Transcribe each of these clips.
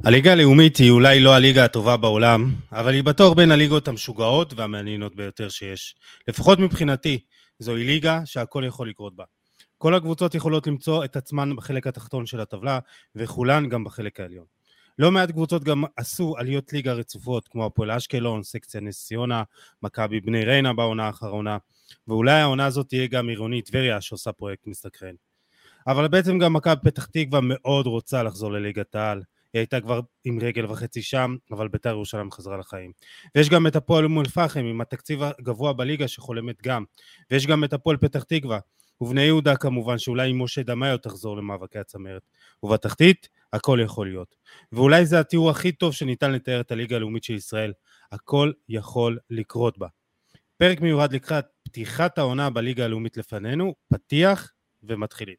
הליגה הלאומית היא אולי לא הליגה הטובה בעולם, אבל היא בטוח בין הליגות המשוגעות והמעניינות ביותר שיש. לפחות מבחינתי, זוהי ליגה שהכל יכול לקרות בה. כל הקבוצות יכולות למצוא את עצמן בחלק התחתון של הטבלה, וכולן גם בחלק העליון. לא מעט קבוצות גם עשו עליות ליגה רצופות, כמו הפועל אשקלון, סקציה נס ציונה, מכבי בני ריינה בעונה האחרונה, ואולי העונה הזאת תהיה גם עירונית טבריה שעושה פרויקט מסתקרן. אבל בעצם גם מכבי פתח תקווה מאוד רוצה לחזור לליגת העל. היא הייתה כבר עם רגל וחצי שם, אבל בית"ר ירושלים חזרה לחיים. ויש גם את הפועל אום אל-פחם עם התקציב הגבוה בליגה שחולמת גם. ויש גם את הפועל פתח תקווה. ובני יהודה כמובן שאולי עם משה דמאיו תחזור למאבקי הצמרת. ובתחתית הכל יכול להיות. ואולי זה התיאור הכי טוב שניתן לתאר את הליגה הלאומית של ישראל. הכל יכול לקרות בה. פרק מיוחד לקראת פתיחת העונה בליגה הלאומית לפנינו, פתיח ומתחילים.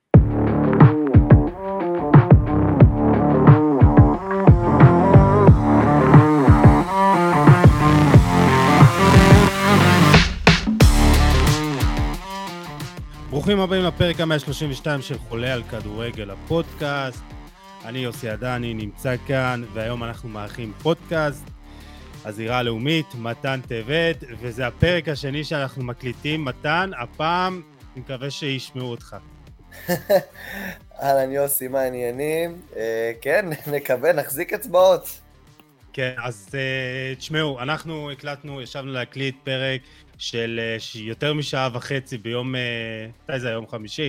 ברוכים הבאים לפרק ה-132 של חולה על כדורגל הפודקאסט. אני יוסי עדני, נמצא כאן, והיום אנחנו מארחים פודקאסט, הזירה הלאומית, מתן טבת, וזה הפרק השני שאנחנו מקליטים. מתן, הפעם אני מקווה שישמעו אותך. אהלן יוסי, מה העניינים? כן, נקווה, נחזיק אצבעות. כן, אז תשמעו, אנחנו הקלטנו, ישבנו להקליט פרק של יותר משעה וחצי ביום, מתי זה היום חמישי,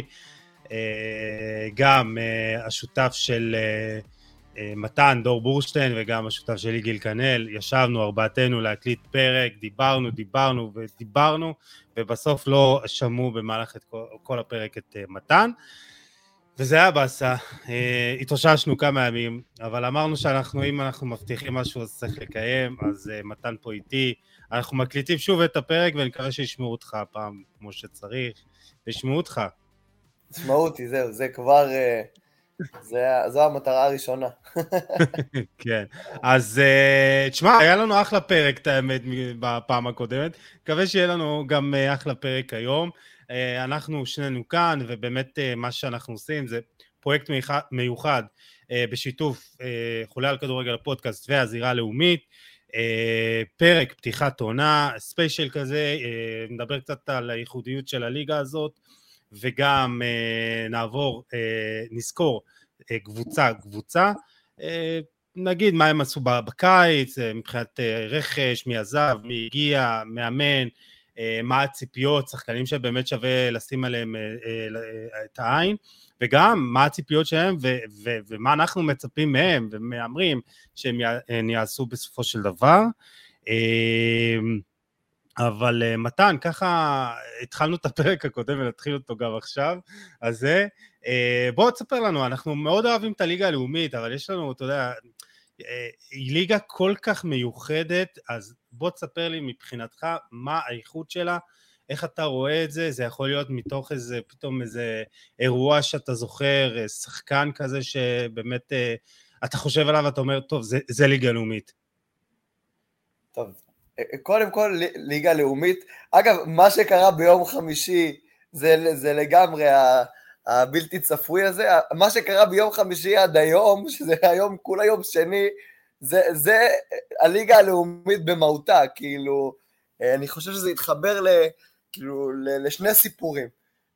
גם השותף של מתן, דור בורשטיין, וגם השותף של יגיל קנל, ישבנו ארבעתנו להקליט פרק, דיברנו, ובסוף לא שמעו במהלך כל הפרק את מתן, וזה היה בעשה. התאוששנו כמה ימים, אבל אמרנו שאנחנו, אם אנחנו מבטיחים משהו אז צריך לקיים, אז מתן פה איתי, אנחנו מקליטים שוב את הפרק, ואני מקווה שישמעו אותך הפעם כמו שצריך, וישמעו אותך. תשמעו אותי, זהו, זה כבר, זו המטרה הראשונה. כן, אז תשמע, היה לנו אחלה פרק, את האמת, בפעם הקודמת, מקווה שיהיה לנו גם אחלה פרק היום. אנחנו שנינו כאן, ובאמת מה שאנחנו עושים זה פרויקט מיוחד בשיתוף חולה על כדורגל הפודקאסט והזירה הלאומית, פרק פתיחת עונה, ספיישל כזה, נדבר קצת על הייחודיות של הליגה הזאת, וגם נזכור קבוצה, נגיד מה הם עשו בקיץ, מבחינת רכש, מי עזב, מי הגיע, מאמן, מה הציפיות, שחקנים שבאמת שווה לשים עליהם את העין, וגם מה הציפיות שלהם ומה אנחנו מצפים מהם ומאמרים שהם יעשו בסופו של דבר. אבל מתן, ככה התחלנו את הפרק הקודם ונתחיל אותו גם עכשיו, אז בואו תספר לנו, אנחנו מאוד אוהבים את הליגה הלאומית, אבל יש לנו, אתה יודע, היא ליגה כל כך מיוחדת, אז בוא תספר לי מבחינתך מה האיכות שלה, איך אתה רואה את זה, זה יכול להיות מתוך איזה, פתאום איזה אירוע שאתה זוכר, שחקן כזה שבאמת אתה חושב עליו ואתה אומר, טוב, זה ליגה לאומית. טוב, קודם כל ליגה לאומית, אגב, מה שקרה ביום חמישי, זה לגמרי הבלתי צפוי הזה, מה שקרה ביום חמישי עד היום, שזה היום, כולה יום שני, זה הליגה הלאומית במהותה, כאילו, אני חושב שזה יתחבר כאילו, לשני סיפורים,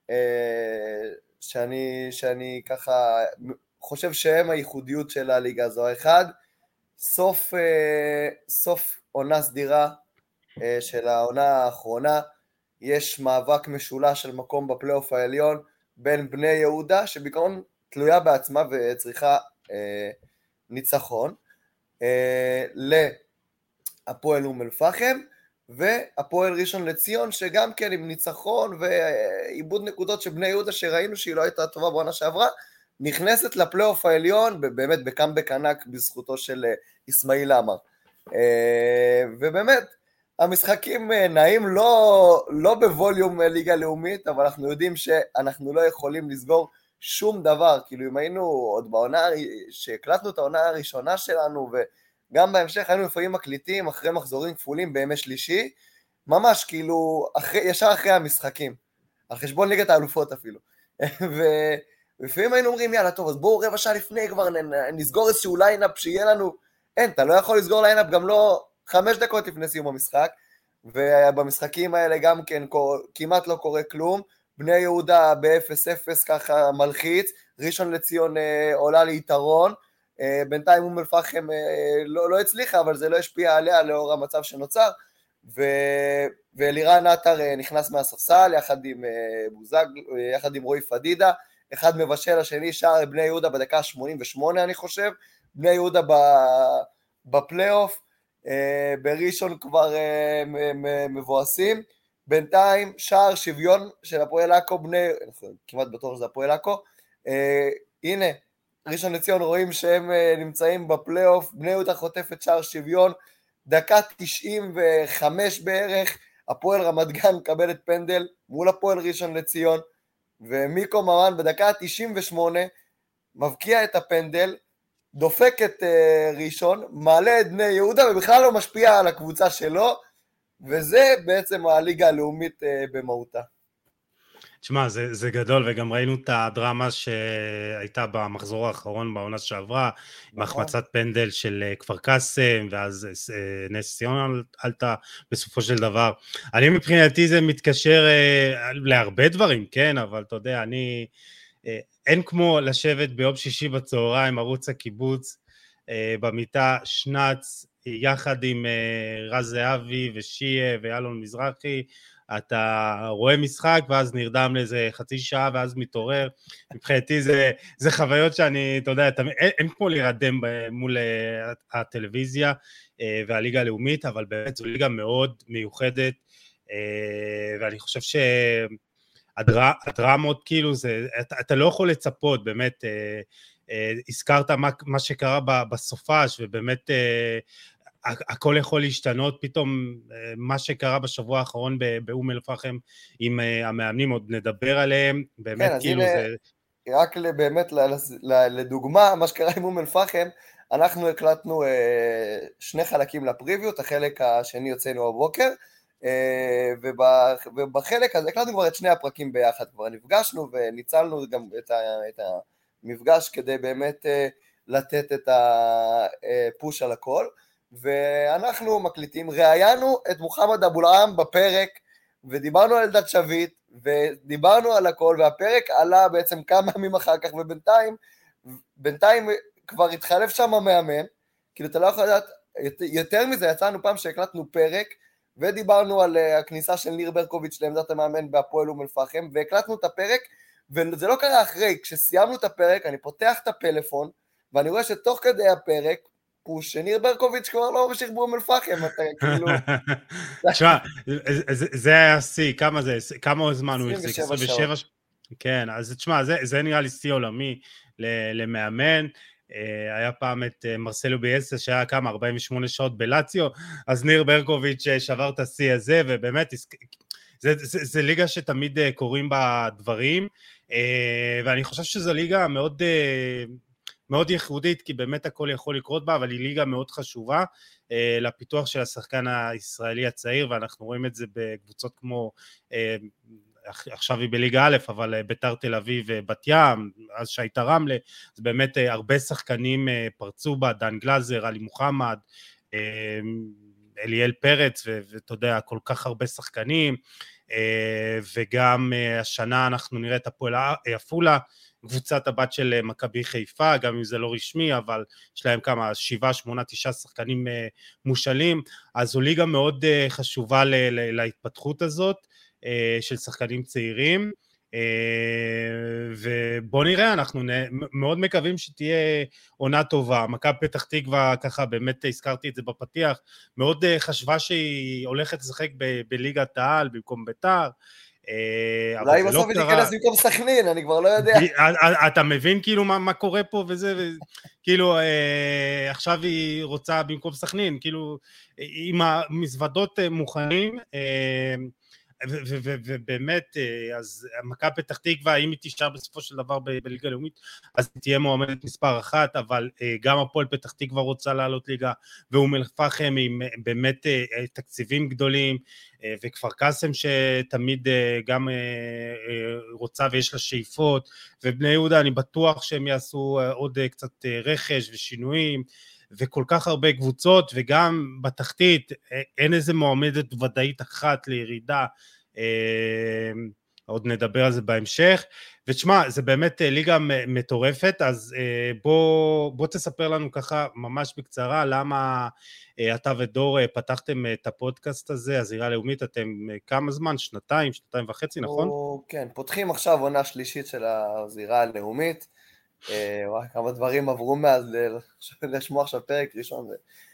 שאני ככה חושב שהם הייחודיות של הליגה הזו. האחד, סוף עונה סדירה של העונה האחרונה, יש מאבק משולש של מקום בפלייאוף העליון, בין בני יהודה, שבעיקרון תלויה בעצמה וצריכה ניצחון, להפועל אום אל-פחם, והפועל ראשון לציון, שגם כן עם ניצחון ועיבוד נקודות של בני יהודה, שראינו שהיא לא הייתה טובה בעונה שעברה, נכנסת לפלייאוף העליון, באמת בקאמבק ענק בזכותו של אסמאעיל עמר. ובאמת, המשחקים נעים לא בווליום ליגה לאומית, אבל אנחנו יודעים שאנחנו לא יכולים לסגור שום דבר, כאילו אם היינו עוד בעונה, שהקלטנו את העונה הראשונה שלנו, וגם בהמשך היינו לפעמים מקליטים אחרי מחזורים כפולים בימי שלישי, ממש כאילו ישר אחרי המשחקים, על חשבון ליגת האלופות אפילו, ולפעמים היינו אומרים, יאללה, טוב, אז בואו רבע שעה לפני כבר נסגור איזשהו ליינאפ שיהיה לנו, אין, אתה לא יכול לסגור ליינאפ גם לא 5 דקות לפני סיום המשחק, ובמשחקים האלה גם כן כמעט לא קורה כלום, בני יהודה ב-0-0 ככה מלחיץ, ראשון לציון עולה ליתרון, בינתיים אום אל-פחם לא הצליחה, אבל זה לא השפיע עליה לאור המצב שנוצר, ואלירן עטר נכנס מהספסל יחד עם בוזג, יחד עם רועי פדידה, אחד מבשל השני שער בני יהודה בדקה 88 אני חושב, בני יהודה בפלייאוף, בראשון כבר מבואסים, בינתיים שער שוויון של הפועל עכו, כמעט בטוח שזה הפועל עכו, הנה, ראשון לציון רואים שהם נמצאים בפלייאוף, בני יהודה חוטפת שער שוויון, דקה 95 בערך, הפועל רמת גן מקבלת פנדל מול הפועל ראשון לציון, ומיקו מרן בדקה 98 מבקיע את הפנדל, דופק את ראשון, מעלה את בני יהודה ובכלל לא משפיע על הקבוצה שלו, וזה בעצם הליגה הלאומית במהותה. תשמע, זה גדול, וגם ראינו את הדרמה שהייתה במחזור האחרון בעונה שעברה, עם החמצת פנדל של כפר קאסם, ואז נס ציונה עלתה בסופו של דבר. אני מבחינתי זה מתקשר להרבה דברים, כן, אבל אתה יודע, אין כמו לשבת ביום שישי בצהריים, ערוץ הקיבוץ, במיטה שנץ, יחד עם רז זהבי ושיה ואלון מזרחי, אתה רואה משחק ואז נרדם לאיזה חצי שעה ואז מתעורר, מבחינתי זה חוויות שאני, אתה יודע, אין כמו להירדם מול הטלוויזיה והליגה הלאומית, אבל באמת זו ליגה מאוד מיוחדת, ואני חושב שהדרמות כאילו, אתה לא יכול לצפות, באמת, הזכרת מה שקרה בסופש, ובאמת הכל יכול להשתנות, פתאום מה שקרה בשבוע האחרון באום אל-פחם עם המאמנים, עוד נדבר עליהם, באמת כן, כאילו זה... רק באמת לדוגמה, מה שקרה עם אום אל-פחם, אנחנו הקלטנו 2 חלקים לפריוויו, את החלק השני יוצאנו הבוקר, ובחלק הזה הקלטנו כבר את 2 הפרקים ביחד, כבר נפגשנו וניצלנו גם את המפגש כדי באמת לתת את הפוש על הכל, ואנחנו מקליטים, ראיינו את מוחמד אבו אלעם בפרק, ודיברנו על אלדד שביט, ודיברנו על הכל, והפרק עלה בעצם כמה ימים אחר כך, ובינתיים כבר התחלף שם המאמן, כאילו אתה לא יכול לדעת, יותר מזה יצאנו פעם שהקלטנו פרק, ודיברנו על הכניסה של ניר ברקוביץ' לעמדת המאמן בהפועל אום אל-פחם, והקלטנו את הפרק, וזה לא קרה אחרי, כשסיימנו את הפרק, אני פותח את הפלאפון, ואני רואה שתוך כדי הפרק, פוש, שניר ברקוביץ' כבר לא ממשיך באום אל-פחם, אתה כאילו... תשמע, זה היה שיא, כמה זמן הוא החזיק? 27 שעות. כן, אז תשמע, זה נראה לי שיא עולמי למאמן, היה פעם את מרסלו ביאלסה שהיה כמה 48 שעות בלציו, אז ניר ברקוביץ' שבר את השיא הזה, ובאמת זה ליגה שתמיד קוראים בה דברים, ואני חושב שזו ליגה מאוד ייחודית, כי באמת הכל יכול לקרות בה, אבל היא ליגה מאוד חשובה לפיתוח של השחקן הישראלי הצעיר, ואנחנו רואים את זה בקבוצות כמו, עכשיו היא בליגה א', אבל ביתר תל אביב ובת ים, אז שהייתה רמלה, אז באמת הרבה שחקנים פרצו בה, דן גלזר, עלי מוחמד, אליאל פרץ, ואתה יודע, כל כך הרבה שחקנים, וגם השנה אנחנו נראה את הפועל עפולה, קבוצת הבת של מכבי חיפה, גם אם זה לא רשמי, אבל יש להם כמה 7, 8, 9 שחקנים מושאלים, אז זו ליגה מאוד חשובה להתפתחות הזאת, של שחקנים צעירים, ובוא נראה, אנחנו מאוד מקווים שתהיה עונה טובה. מכבי פתח תקווה, ככה באמת הזכרתי את זה בפתיח, מאוד חשבה שהיא הולכת לשחק בליגת העל במקום ביתר, אולי בסוף היא תיכנס במקום סכנין, אני כבר לא יודע. אתה מבין כאילו מה קורה פה וזה, כאילו עכשיו היא רוצה במקום סכנין, כאילו עם המזוודות מוכנים, ובאמת, אז מכבי פתח תקווה, אם היא תישאר בסופו של דבר בליגה לאומית, אז היא תהיה מועמדת מספר אחת, אבל גם הפועל פתח תקווה רוצה לעלות ליגה, ואום אל פחם עם באמת תקציבים גדולים, וכפר קאסם שתמיד גם רוצה ויש לה שאיפות, ובני יהודה אני בטוח שהם יעשו עוד קצת רכש ושינויים, וכל כך הרבה קבוצות, וגם בתחתית אין איזה מועמדת ודאית אחת לירידה, עוד נדבר על זה בהמשך, ותשמע, זה באמת ליגה מטורפת, אז בוא תספר לנו ככה ממש בקצרה, למה אתה ודור פתחתם את הפודקאסט הזה, הזירה הלאומית, אתם כמה זמן? שנתיים וחצי, נכון? כן, פותחים עכשיו עונה שלישית של הזירה הלאומית, כמה דברים עברו מאז לשמוע עכשיו פרק ראשון.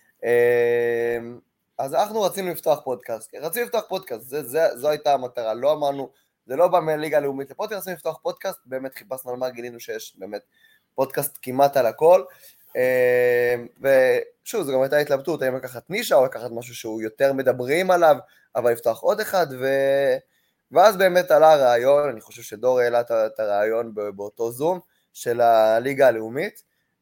אז אנחנו רצינו לפתוח פודקאסט, זו הייתה המטרה, לא אמרנו, זה לא בא מהליגה הלאומית לפודקאסט, רצינו לפתוח פודקאסט, באמת חיפשנו על מה, גילינו שיש באמת פודקאסט כמעט על הכל, ושוב, זו גם הייתה התלבטות, האם לקחת נישה או לקחת משהו שהוא יותר מדברים עליו, אבל לפתוח עוד אחד, ואז באמת עלה הרעיון, אני חושב שדור העלה את הרעיון באותו זום, של הליגה הלאומית,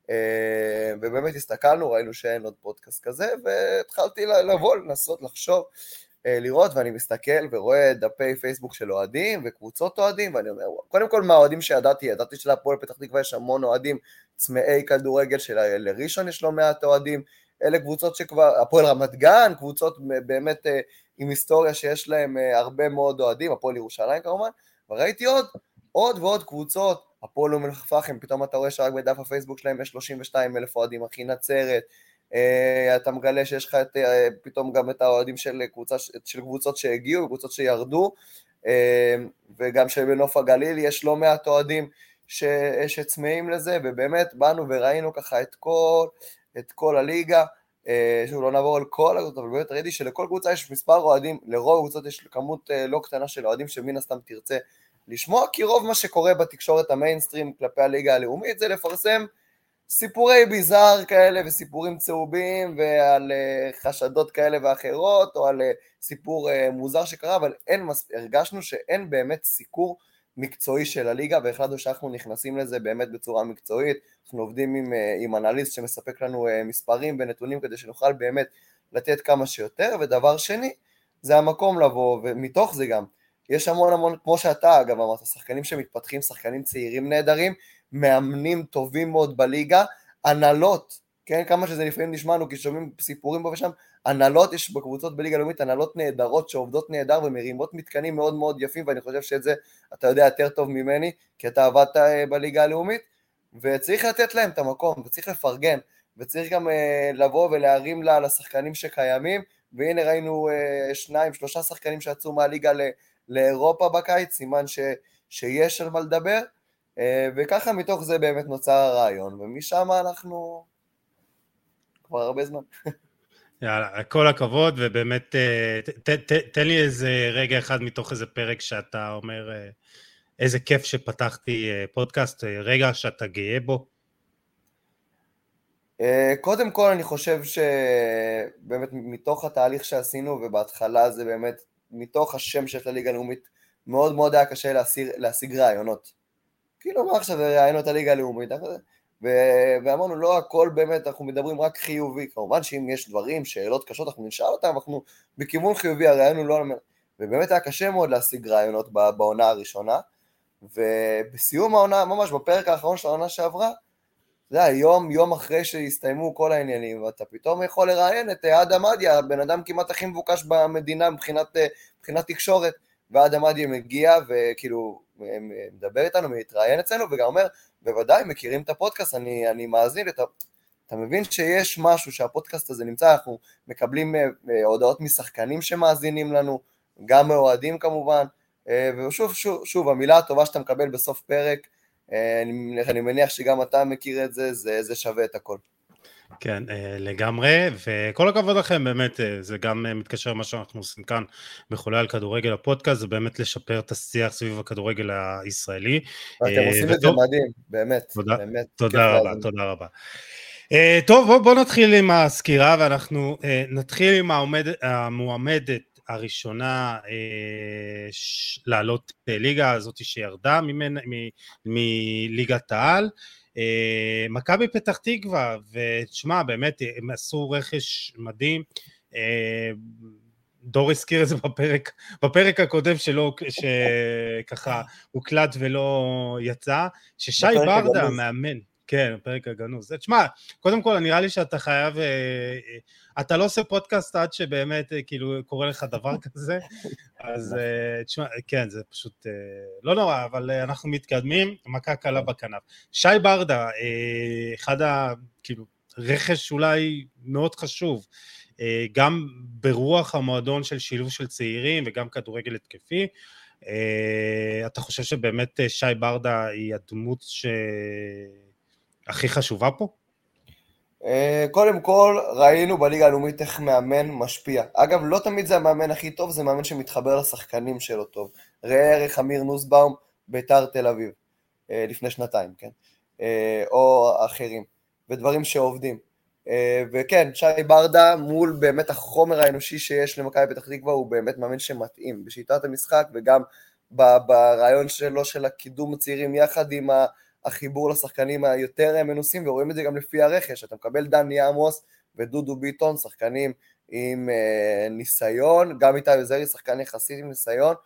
ובאמת הסתכלנו, ראינו שאין עוד פודקאסט כזה, והתחלתי לבוא, לנסות לחשוב, לראות, ואני מסתכל ורואה דפי פייסבוק של אוהדים, וקבוצות אוהדים, ואני אומר, קודם כל מהאוהדים ידעתי שלהפועל פתח תקווה יש המון אוהדים, צמאי כדורגל, שלראשון יש לו מעט אוהדים, אלה קבוצות שכבר, הפועל רמת גן, קבוצות באמת עם היסטוריה שיש להם הרבה מאוד אוהדים, הפועל ירושלים כמובן, וראיתי עוד ועוד קבוצות, הפועל אום אל פחם, פתאום אתה רואה שרק בדף הפייסבוק שלהם יש 32,000 אוהדים, אחי נצרת, אתה מגלה שיש לך פתאום גם את האוהדים של קבוצות שהגיעו, קבוצות שירדו, וגם שבנוף הגליל יש לא מעט אוהדים שצמאים לזה, ובאמת באנו וראינו ככה את כל הליגה, שוב לא נעבור על כל הקבוצות, אבל באמת ראיתי שלכל קבוצה יש מספר אוהדים, לרוב קבוצות יש כמות לא קטנה של אוהדים שמן הסתם תרצה לשמוע, כי רוב מה שקורה בתקשורת המיינסטרים כלפי הליגה הלאומית זה לפרסם סיפורי ביזאר כאלה וסיפורים צהובים ועל חשדות כאלה ואחרות או על סיפור מוזר שקרה, אבל הרגשנו שאין באמת סיקור מקצועי של הליגה, והחלטנו שאנחנו נכנסים לזה באמת בצורה מקצועית, אנחנו עובדים עם אנליסט שמספק לנו מספרים ונתונים כדי שנוכל באמת לתת כמה שיותר, ודבר שני זה המקום לבוא, ומתוך זה גם יש המון, כמו שאתה אגב אמרת, שחקנים שמתפתחים, שחקנים צעירים נהדרים, מאמנים טובים מאוד בליגה, הנהלות, כן, כמה שזה לפעמים נשמענו, כי שומעים סיפורים פה ושם, הנהלות, יש בקבוצות בליגה לאומית, הנהלות נהדרות שעובדות נהדר ומרימות מתקנים מאוד מאוד יפים, ואני חושב שאת זה אתה יודע יותר טוב ממני, כי אתה עבדת בליגה הלאומית, וצריך לתת להם את המקום, וצריך לפרגן, וצריך גם לבוא ולהרים לשחקנים שקיימים, והנה ראינו 2-3 שחקנים שיצאו מהליגה לאירופה בקיץ, סימן שיש על מה לדבר, וככה מתוך זה באמת נוצר הרעיון, ומשם אנחנו כבר הרבה זמן. יאללה, כל הכבוד, ובאמת תן לי איזה רגע אחד מתוך איזה פרק שאתה אומר, איזה כיף שפתחתי פודקאסט, רגע שאתה גאה בו. קודם כל אני חושב שבאמת מתוך התהליך שעשינו, ובהתחלה זה באמת מתוך השם של הליגה הלאומית, מאוד מאוד היה קשה להשיג רעיונות. כאילו מה עכשיו רעיונות הליגה הלאומית, ואמרנו לא הכל באמת, אנחנו מדברים רק חיובי, כמובן שאם יש דברים, שאלות קשות, אנחנו נשאל אותם, אנחנו בכיוון חיובי, הרעיון הוא לא, ובאמת היה קשה מאוד להשיג רעיונות בעונה הראשונה, ובסיום העונה, ממש בפרק האחרון של העונה שעברה, זה היה יום אחרי שהסתיימו כל העניינים, ואתה פתאום יכול לראיין את אדם עדיה, בן אדם כמעט הכי מבוקש במדינה מבחינת תקשורת, ואדם עדיה מגיע וכאילו מדבר איתנו, מתראיין אצלנו, וגם אומר, בוודאי מכירים את הפודקאסט, אני מאזין, אתה מבין שיש משהו שהפודקאסט הזה נמצא, אנחנו מקבלים הודעות משחקנים שמאזינים לנו, גם מאוהדים כמובן, ושוב, המילה הטובה שאתה מקבל בסוף פרק, אני מניח שגם אתה מכיר את זה, זה שווה את הכל. כן, לגמרי, וכל הכבוד לכם, באמת, זה גם מתקשר למה שאנחנו עושים כאן בחולה על כדורגל הפודקאסט, זה באמת לשפר את השיח סביב הכדורגל הישראלי. אתם עושים את זה מדהים, באמת. תודה רבה. טוב, בואו נתחיל עם הסקירה, ואנחנו נתחיל עם המועמדת הראשונה לעלות ליגה, זאת שירדה מליגת העל, מכבי פתח תקווה, ותשמע, באמת, הם עשו רכש מדהים, דור הזכיר את זה בפרק הקודם שלו, שככה הוקלט ולא יצא, ששי ברדה מאמן, כן, בפרק הגנוז. תשמע, קודם כל, נראה לי שאתה חייב, אתה לא עושה פודקאסט עד שבאמת כאילו קורה לך דבר כזה, אז תשמע, כן, זה פשוט לא נורא, אבל אנחנו מתקדמים, מכה קלה בכנף. שי ברדה, אחד כאילו רכש אולי מאוד חשוב, גם ברוח המועדון של שילוב של צעירים וגם כדורגל התקפי, אתה חושב שבאמת שי ברדה היא הדמות הכי חשובה פה? קודם כל, ראינו בליגה הלאומית איך מאמן משפיע. אגב, לא תמיד זה המאמן הכי טוב, זה מאמן שמתחבר לשחקנים שלו טוב. ראה ערך אמיר נוסבאום, ביתר תל אביב, לפני שנתיים, כן? או אחרים, ודברים שעובדים. וכן, שי ברדה, מול באמת החומר האנושי שיש למכבי פתח תקווה, הוא באמת מאמן שמתאים בשיטת המשחק, וגם ברעיון שלו של הקידום הצעירים, יחד עם החיבור לשחקנים היותר מנוסים, ורואים את זה גם לפי הרכש. אתה מקבל דני עמוס ודודו ביטון, שחקנים עם ניסיון, גם איתי עוזרי, שחקן יחסית עם ניסיון,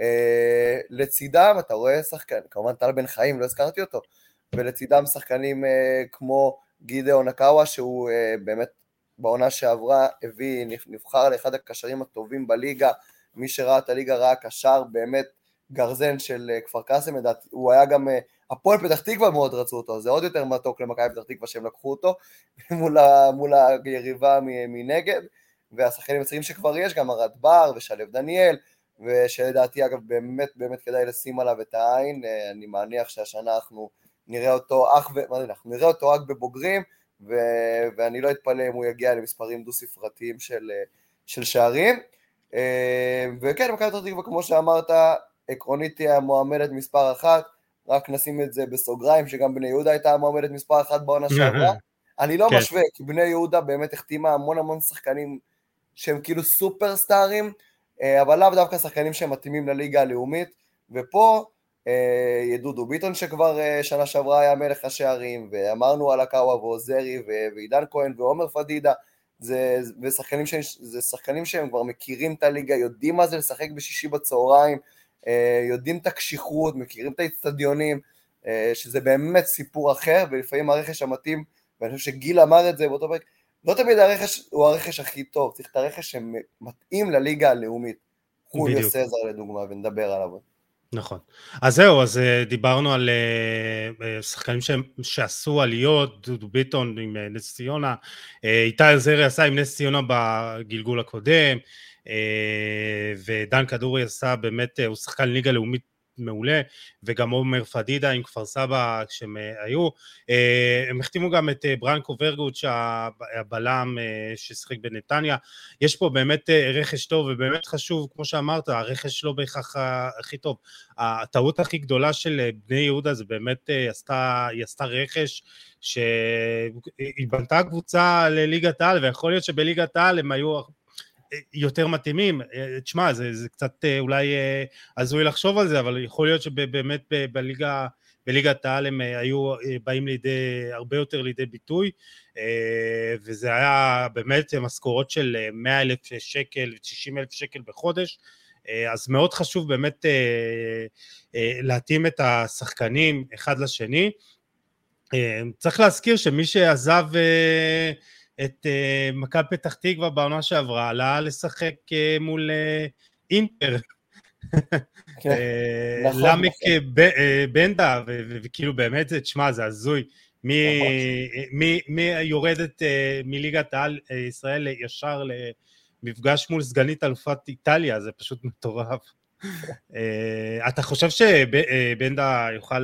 לצידם אתה רואה שחקן, כמובן טל בן חיים, לא הזכרתי אותו, ולצידם שחקנים כמו גידאון אקאווה, שהוא באמת בעונה שעברה נבחר לאחד הקשרים הטובים בליגה, מי שראה את הליגה ראה קשר באמת גרזן של כפר קאסם, הוא היה גם, הפועל פתח תקווה מאוד רצו אותו, זה עוד יותר מתוק למכבי פתח תקווה שהם לקחו אותו, מול היריבה מנגד, והשחקנים הצעירים שכבר יש, גם ארד בר ושלב דניאל, ושלדעתי אגב באמת באמת כדאי לשים עליו את העין, אני מניח שהשנה אנחנו נראה אותו נראה אותו רק בבוגרים, ואני לא אתפלא אם הוא יגיע למספרים דו ספרתיים של שערים, וכן, מכבי פתח תקווה כמו שאמרת, עקרונית תהיה המועמדת מספר 1, רק נשים את זה בסוגריים, שגם בני יהודה הייתה המועמדת מספר 1 בעונה שעברה, אני לא משווה, כי בני יהודה באמת החתימה המון שחקנים שהם כאילו סופרסטארים, אבל לאו דווקא שחקנים שהם מתאימים לליגה הלאומית, ופה ידודו ביטון שכבר שנה שעברה היה מלך השערים, ואמרנו על אקאווה ועוזרי ועידן כהן ועומר פדידה, זה שחקנים שהם כבר מכירים את הליגה, יודעים מה זה לשחק בשישי בצהריים, יודעים את הקשיחות, מכירים את האצטדיונים, שזה באמת סיפור אחר, ולפעמים הרכש המתאים, ואני חושב שגיל אמר את זה באותו פרק, לא תמיד הרכש הוא הרכש הכי טוב, צריך את הרכש שמתאים לליגה הלאומית, חוליו סזר לדוגמה, ונדבר עליו. נכון. אז זהו, אז דיברנו על שחקנים שעשו עליות, דודו ביטון עם נס ציונה, איתי עוזרי עשה עם נס ציונה בגלגול הקודם, ודן כדורי עשה באמת, הוא שחקן ליגה לאומית מעולה, וגם עומר פדידה עם כפר סבא כשהם היו, הם החתימו גם את ברנקו ורגוט שהבלם ששחק בנתניה, יש פה באמת רכש טוב ובאמת חשוב, כמו שאמרת, הרכש לא בהכרח הכי טוב, הטעות הכי גדולה של בני יהודה זה באמת היא עשתה רכש שהיא בנתה קבוצה לליגת העל, ויכול להיות שבליגת העל הם היו יותר מתאימים, תשמע, זה קצת אולי הזוי לחשוב על זה, אבל יכול להיות שבאמת בליגת העל הם היו באים הרבה יותר לידי ביטוי, וזה היה באמת משכורות של 100,000 שקל ו-90,000 שקל בחודש, אז מאוד חשוב באמת להתאים את השחקנים אחד לשני. צריך להזכיר שמי שעזב את מכבי פתח תקווה בעונה שעברה, עלה לשחק מול אינטר, למק בנדה, וכאילו באמת, תשמע, זה הזוי, מי יורדת מליגת העל ישראל ישר למפגש מול סגנית אלופת איטליה, זה פשוט מטורף. אתה חושב שבנדה יוכל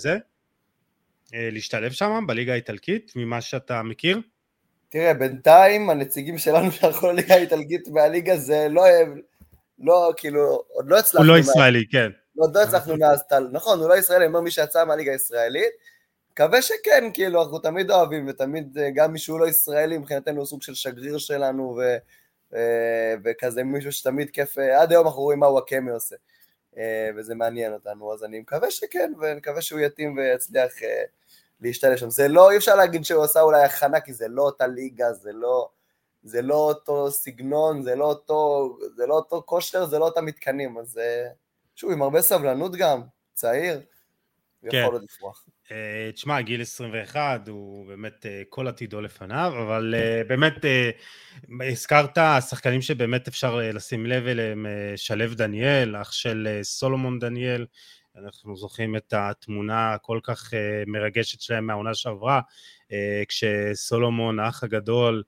להשתלב שם בליגה האיטלקית, ממה שאתה מכיר? תראה, בינתיים הנציגים שלנו שהלכו לליגה האיטלקית מהליגה זה לא, כאילו, עוד לא הצלחנו. הוא לא ישראלי, כן. עוד לא הצלחנו מאז טל, נכון, הוא לא ישראלי, אני אומר מי שיצא מהליגה הישראלית, מקווה שכן, כאילו, אנחנו תמיד אוהבים, ותמיד גם מי שהוא לא ישראלי, מבחינתנו הוא סוג של שגריר שלנו, וכזה מישהו שתמיד כיף, עד היום אנחנו רואים מה הוא הקמי עושה, וזה מעניין אותנו, אז אני מקווה שכן, ונקווה שהוא יתאים ויצליח להשתלש שם. זה לא, אי אפשר להגיד שהוא עושה אולי הכנה, כי זה לא אותה ליגה, זה לא אותו סגנון, זה לא אותו כושר, זה לא אותם מתקנים, אז שוב, עם הרבה סבלנות גם, צעיר, ויכול עוד לפרוח. תשמע, גיל 21 הוא באמת כל עתידו לפניו, אבל באמת הזכרת השחקנים שבאמת אפשר לשים לב אליהם, שלב דניאל, אח של סולומון דניאל, אנחנו זוכרים את התמונה הכל כך מרגשת שלהם מהעונה שעברה, כשסולומון, האח הגדול,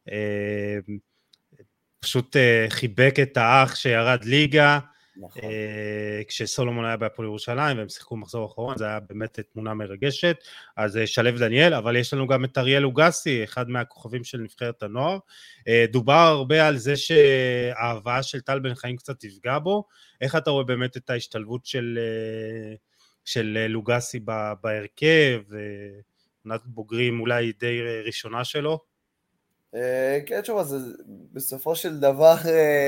פשוט חיבק את האח שירד ליגה, נכון. כשסולומון היה בהפועל ירושלים והם שיחקו מחזור אחרון, זה היה באמת תמונה מרגשת. אז שלב דניאל, אבל יש לנו גם את אריאל אוגסי, אחד מהכוכבים של נבחרת הנוער. דובר הרבה על זה שההבאה של טל בן חיים קצת תפגע בו. איך אתה רואה באמת את ההשתלבות של לוגסי בהרכב, עונת בוגרים אולי די ראשונה שלו? כן, שוב, אז בסופו של דבר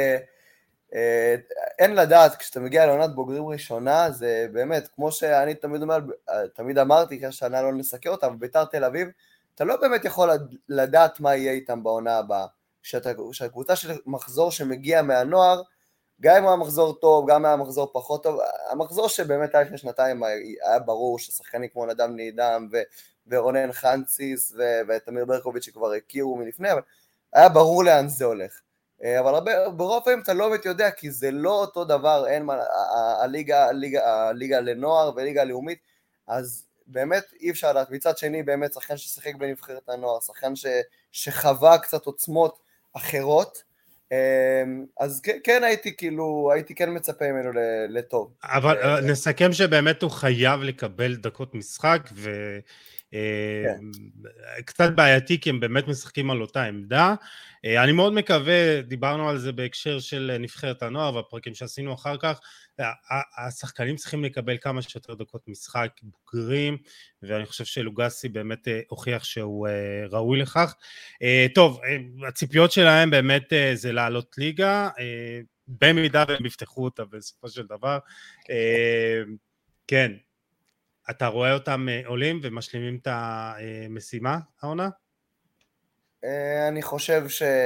אין לדעת, כשאתה מגיע לעונת בוגרים ראשונה, זה באמת, כמו שאני תמיד אמרתי, כשנה לא נסקר אותה, בביתר תל אביב, אתה לא באמת יכול לדעת מה יהיה איתם בעונה הבאה. כשהקבוצה של מחזור שמגיע מהנוער, גם אם היה מחזור טוב, גם אם היה מחזור פחות טוב, המחזור שבאמת היה לפני שנתיים, היה ברור ששחקנים כמו נדב נידם ורונן חנציס ותמיר ברקוביץ' שכבר הכירו מלפני, אבל היה ברור לאן זה הולך. אבל ברוב פעמים אתה לא באמת יודע, כי זה לא אותו דבר, אין מה, הליגה לנוער וליגה לאומית, אז באמת אי אפשר לדעת. מצד שני, באמת שחקן ששחק בנבחרת הנוער, שחקן שחווה קצת עוצמות אחרות, אז כן הייתי כן מצפה ממנו לטוב. אבל נסכם שבאמת הוא חייב לקבל דקות משחק, קצת בעייתי, כי הם באמת משחקים על אותה עמדה. אני מאוד מקווה, דיברנו על זה בהקשר של נבחרת הנוער והפרקים שעשינו אחר כך, השחקנים צריכים לקבל כמה שיותר דקות משחק בוגרים, ואני חושב שלוגסי באמת הוכיח שהוא ראוי לכך. טוב, הציפיות שלהם באמת זה לעלות ליגה, במידה והם יפתחו אותה בסופו של דבר. כן, אתה רואה אותם עולים ומשלימים את המשימה, העונה? אני חושב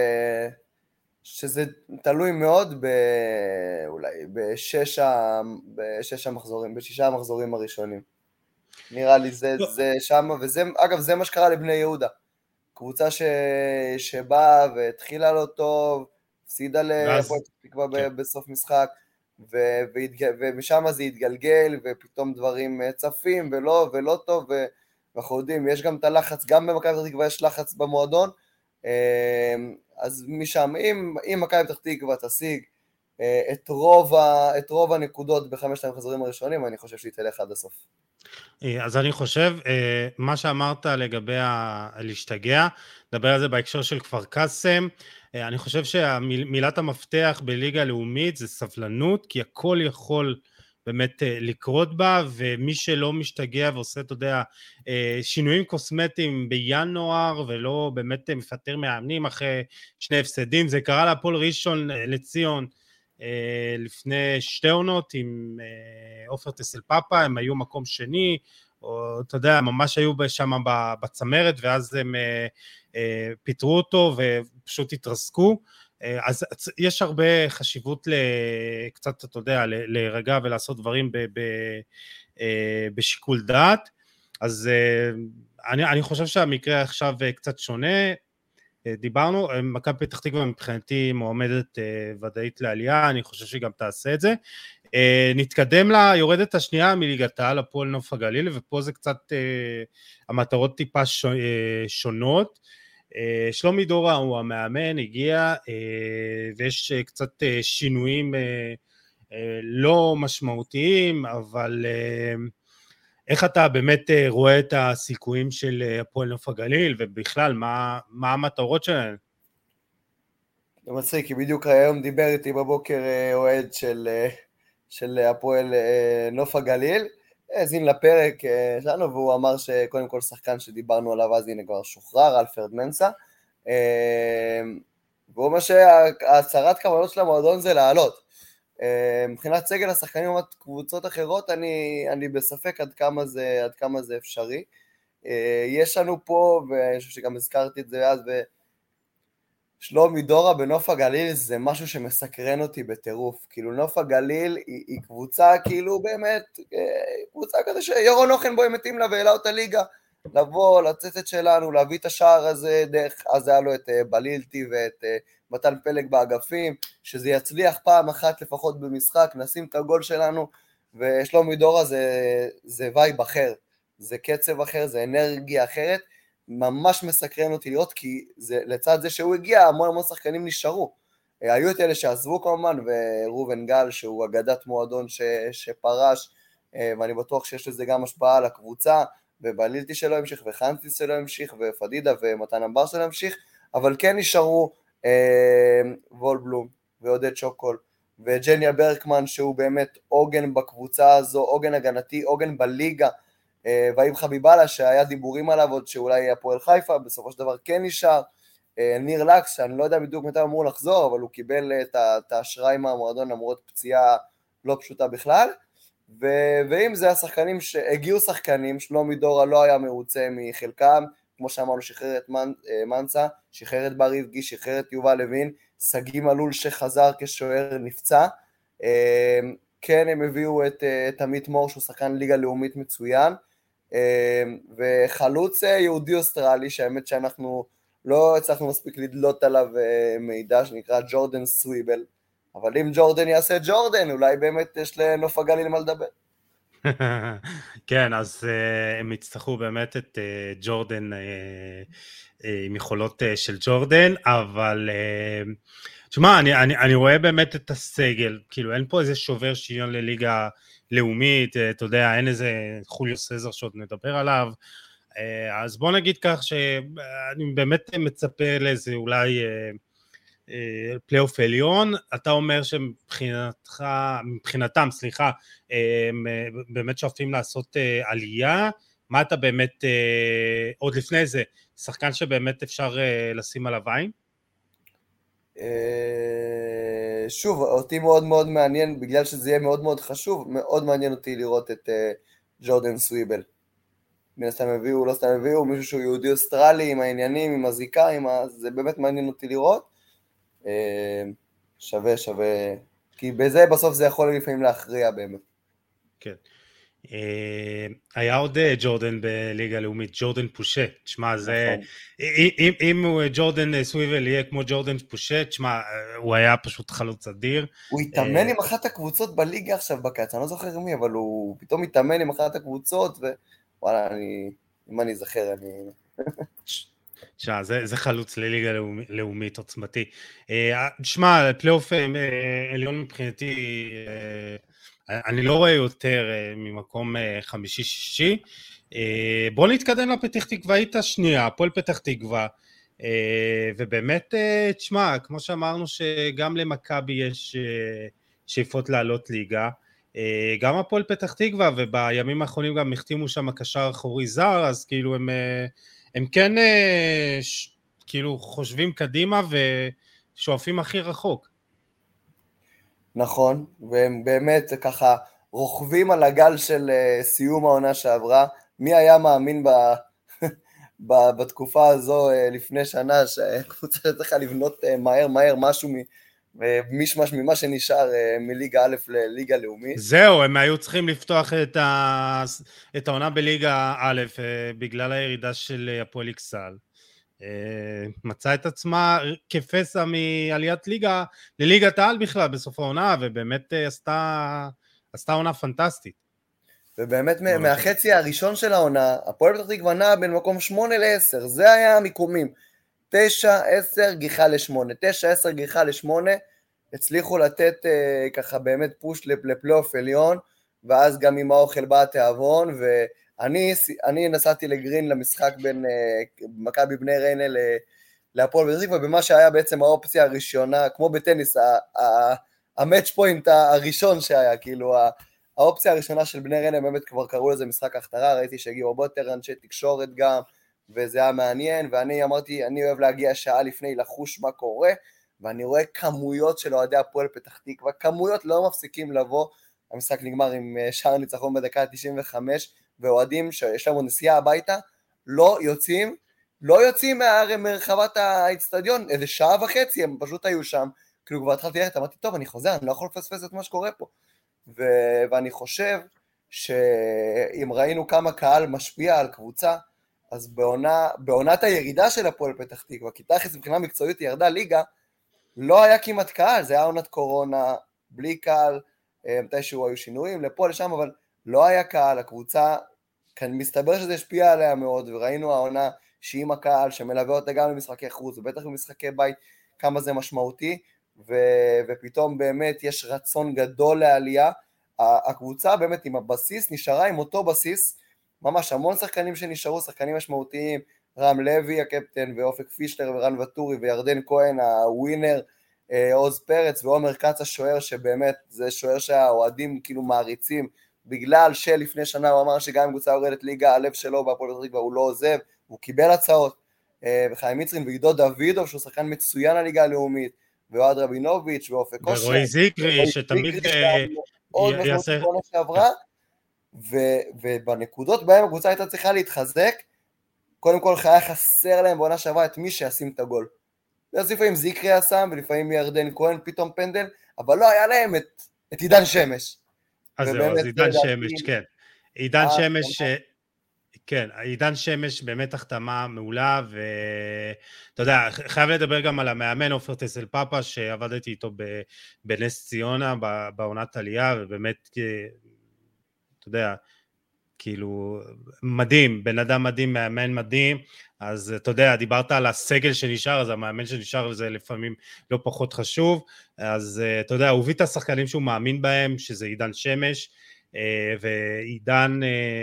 שזה תלוי מאוד אולי בשישה המחזורים הראשונים. נראה לי זה שם, וזה, אגב, זה מה שקרה לבני יהודה. קבוצה שבאה והתחילה לא טוב, הפסידה להפועל פתח תקווה בסוף משחק, ומשם זה התגלגל, ופתאום דברים צפים ולא טוב, ואנחנו יודעים, יש גם את הלחץ, גם במכבי פתח תקווה יש לחץ במועדון, אז משם, אם מכבי פתח תקווה תשיג את רוב הנקודות בחמשת המחזורים הראשונים, אני חושב שהיא תלך עד הסוף. אז אני חושב, מה שאמרת לגבי להשתגע, דבר על זה בהקשר של כפר קאסם, אני חושב שמילת המפתח בליגה לאומית זה סבלנות, כי הכל יכול באמת לקרות בה, ומי שלא משתגע ועושה, אתה יודע, שינויים קוסמטיים בינואר, ולא באמת מפטר מאמנים אחרי שני הפסדים, זה קרה להפועל ראשון לציון, לפני שתי עונות עם עופר טסל פאפה, הם היו מקום שני, או אתה יודע, ממש היו שם בצמרת, ואז הם פיטרו אותו ופשוט התרסקו. אז יש הרבה חשיבות קצת, אתה יודע, להירגע ולעשות דברים בשיקול דעת. אז אני חושב שהמקרה עכשיו קצת שונה. דיברנו, מכבי פתח תקווה מבחינתי מועמדת ודאית לעלייה, אני חושב שגם תעשה את זה. נתקדם ליורדת השנייה מליגת העל, הפועל נוף הגליל, ופה זה קצת המטרות טיפה שונות. שלומי דורה הוא המאמן, הגיע, ויש קצת שינויים לא משמעותיים, אבל איך אתה באמת רואה את הסיכויים של הפועל נוף הגליל, ובכלל, מה המטרות שלהם? זה מצחיק, כי בדיוק היום דיבר איתי בבוקר אוהד של הפועל נוף הגליל, האזין לפרק שלנו, והוא אמר שקודם כל שחקן שדיברנו עליו אז הנה כבר שוחרר, אלפרד מנסה, והוא אומר שהצהרת כוונות של המועדון זה לעלות. מבחינת סגל השחקנים לעומת קבוצות אחרות, אני בספק עד כמה זה אפשרי. יש לנו פה, ואני חושב שגם הזכרתי את זה אז, שלומי דורה בנוף הגליל זה משהו שמסקרן אותי בטירוף. כאילו נוף הגליל היא קבוצה כאילו באמת, קבוצה כזה שיורון אוכנבוי מתאים לה והעלה אותה ליגה, לבוא, לצאת את שלנו, להביא את השער הזה דרך, אז היה לו את בלילטי ואת מתן פלג באגפים, שזה יצליח פעם אחת לפחות במשחק, נשים את הגול שלנו, ושלומי דורה זה וייב אחר, זה קצב אחר, זה אנרגיה אחרת, ממש מסקרן אותי לראות, כי לצד זה שהוא הגיע, המון שחקנים נשארו. היו את אלה שעזבו כמובן, ורובן גל, שהוא אגדת מועדון שפרש, ואני בטוח שיש לזה גם השפעה על הקבוצה, ובלילטי שלו המשיך, וחנציס שלו המשיך, ופדידה ומתן אמבר שלו המשיך, אבל כן נשארו וולבלום, ועודד שוקול, וג'ניה ברקמן, שהוא באמת עוגן בקבוצה הזו, עוגן הגנתי, עוגן בליגה, ואם חביבאללה שהיה דיבורים עליו עוד שאולי הפועל חיפה, בסופו של דבר כן נשאר, ניר לקס, שאני לא יודע בדיוק מתי אמור לחזור, אבל הוא קיבל את האשראי מהמועדון למרות פציעה לא פשוטה בכלל, ואם זה השחקנים שהגיעו שחקנים, שלומי דורה לא היה מרוצה מחלקם, כמו שאמרנו, שחרר את מנצה, שחרר את בר יבגי, שחרר את יובל לוין, סגי מלול שחזר כשוער נפצע, כן הם הביאו את עמית מור שהוא שחקן ליגה לאומית מצוין, וחלוץ יהודי אוסטרלי שהאמת שאנחנו לא הצלחנו מספיק לדלות עליו מידע שנקרא ג'ורדן סוויבל, אבל אם ג'ורדן יעשה ג'ורדן אולי באמת יש לנוף הגליל מה לדבר. כן, אז הם יצטרכו באמת את ג'ורדן עם יכולות של ג'ורדן, אבל תשמע, אני רואה באמת את הסגל, כאילו אין פה איזה שובר שוויון לליגה לאומית, אתה יודע, אין איזה חוליו סזר שעוד נדבר עליו, אז בוא נגיד כך שאני באמת מצפה לאיזה אולי פלייאוף עליון. אתה אומר שמבחינתם, סליחה, הם באמת שואפים לעשות עלייה, מה אתה באמת, עוד לפני זה, שחקן שבאמת אפשר לשים עליו עין? שוב, אותי מאוד מאוד מעניין, בגלל שזה יהיה מאוד מאוד חשוב, מאוד מעניין אותי לראות את ג'ורדן סוויבל. מן הסתם הביאו, לא סתם הביאו, מישהו שהוא יהודי אוסטרלי עם העניינים, עם הזיקה, זה באמת מעניין אותי לראות. שווה, כי בזה בסוף זה יכול לפעמים להכריע באמת. כן. היה עוד ג'ורדן בליגה לאומית, ג'ורדן פושט, תשמע, זה, אם ג'ורדן סוויבל יהיה כמו ג'ורדן פושט, תשמע, הוא היה פשוט חלוץ אדיר. הוא התאמן עם אחת הקבוצות בליגה עכשיו בקץ, אני לא זוכר מי, אבל הוא פתאום התאמן עם אחת הקבוצות, ווואלה, אם אני זוכר, תשמע, זה חלוץ לליגה לאומית עוצמתי. תשמע, פלייאוף עליון מבחינתי, אני לא רואה יותר ממקום חמישי-שישי. בואו נתקדם לפתח תקוואית השנייה, הפועל פתח תקווה, ובאמת, תשמע, כמו שאמרנו שגם למכבי יש שאיפות לעלות ליגה, גם הפועל פתח תקווה, ובימים האחרונים גם החתימו שם קשר אחורי זר, אז כאילו הם כן כאילו חושבים קדימה ושואפים הכי רחוק. נכון, והם באמת ככה רוכבים על הגל של סיום העונה שעברה. מי היה מאמין בתקופה הזו לפני שנה שקבוצה צריכה לבנות מהר משהו מישמש ממה שנשאר מליגה א' לליגה לאומית. זהו, הם היו צריכים לפתוח את העונה בליגה א' בגלל הירידה של הפועל אכסל. מצא את עצמה כפסע מעליית ליגה לליגת העל בכלל בסוף העונה, ובאמת עשתה עונה פנטסטית. ובאמת מהחצי הראשון של העונה, הפועל פתח תקווה נע בין מקום 8 ל-10, זה היה המיקומים, 9-10 גיחה ל-8, 9-10 גיחה ל-8, הצליחו לתת ככה באמת פוש לפלייאוף עליון, ואז גם עם האוכל בא התיאבון, אני נסעתי לגרין למשחק בין מכבי בני ריינה להפועל פתח תקווה, במה שהיה בעצם האופציה הראשונה, כמו בטניס, המאץ' פוינט הראשון שהיה, כאילו האופציה הראשונה של בני ריינה, באמת כבר קראו לזה משחק הכתרה, ראיתי שהגיעו הרבה יותר אנשי תקשורת גם, וזה היה מעניין, ואני אמרתי, אני אוהב להגיע שעה לפני לחוש מה קורה, ואני רואה כמויות של אוהדי הפועל פתח תקווה, כמויות לא מפסיקים לבוא, המשחק נגמר עם שער ניצחון בדקה 95, ואוהדים שיש להם נסיעה הביתה, לא יוצאים מרחבת האצטדיון, איזה שעה וחצי הם פשוט היו שם, כאילו כבר התחלתי ללכת, אמרתי, טוב, אני חוזר, אני לא יכול לפספס את מה שקורה פה. ואני חושב שאם ראינו כמה קהל משפיע על קבוצה, אז בעונת הירידה של הפועל פתח תקווה, כי תכלס מבחינה מקצועית היא ירדה ליגה, לא היה כמעט קהל, זה היה עונת קורונה, בלי קהל, מתישהו היו שינויים, לפה לשם, אבל לא היה קהל, הקבוצה, מסתבר שזה השפיע עליה מאוד, וראינו העונה שעם הקהל, שמלווה אותה גם במשחקי חוץ, ובטח במשחקי בית, כמה זה משמעותי, ופתאום באמת יש רצון גדול לעלייה, הקבוצה באמת עם הבסיס, נשארה עם אותו בסיס, ממש המון שחקנים שנשארו, שחקנים משמעותיים, רם לוי הקפטן, ואופק פישלר, ורן וטורי, וירדן כהן הווינר, עוז פרץ, ועומר קץ השוער, שבאמת זה שוער שהאוהדים כאילו מעריצים, בגלל שלפני שנה הוא אמר שגם אם קבוצה יורדת ליגה, הלב שלו בהפועל פתח תקווה הוא לא עוזב, הוא קיבל הצעות, וחיים מצרין ועידו דוידוב, שהוא שחקן מצוין לליגה הלאומית, ואוהד רבינוביץ' ואופק כושר, ורועי זיקרי, שתמיד עוד משמעותי בעונה שעברה, ובנקודות בהם הקבוצה הייתה צריכה להתחזק, קודם כל היה חסר להם בעונה שעברה את מי שישים את הגול. אז לפעמים זיקרי עשם, ולפעמים ירדן כהן פתאום פנדל, אבל לא היה להם את עידן שמש. אז זהו, אז עידן שמש, כן. עידן שמש, כן, עידן שמש באמת החתמה מעולה, ואתה יודע, חייב לדבר גם על המאמן עופר טסל פאפה, שעבדתי איתו בנס ציונה, בעונת עלייה, ובאמת, אתה יודע, כאילו, מדהים, בן אדם מדהים, מאמן מדהים, אז אתה יודע, דיברת על הסגל שנשאר, אז המאמן שנשאר זה לפעמים לא פחות חשוב, אז אתה יודע, הוא הביא את השחקנים שהוא מאמין בהם, שזה עידן שמש, ועידן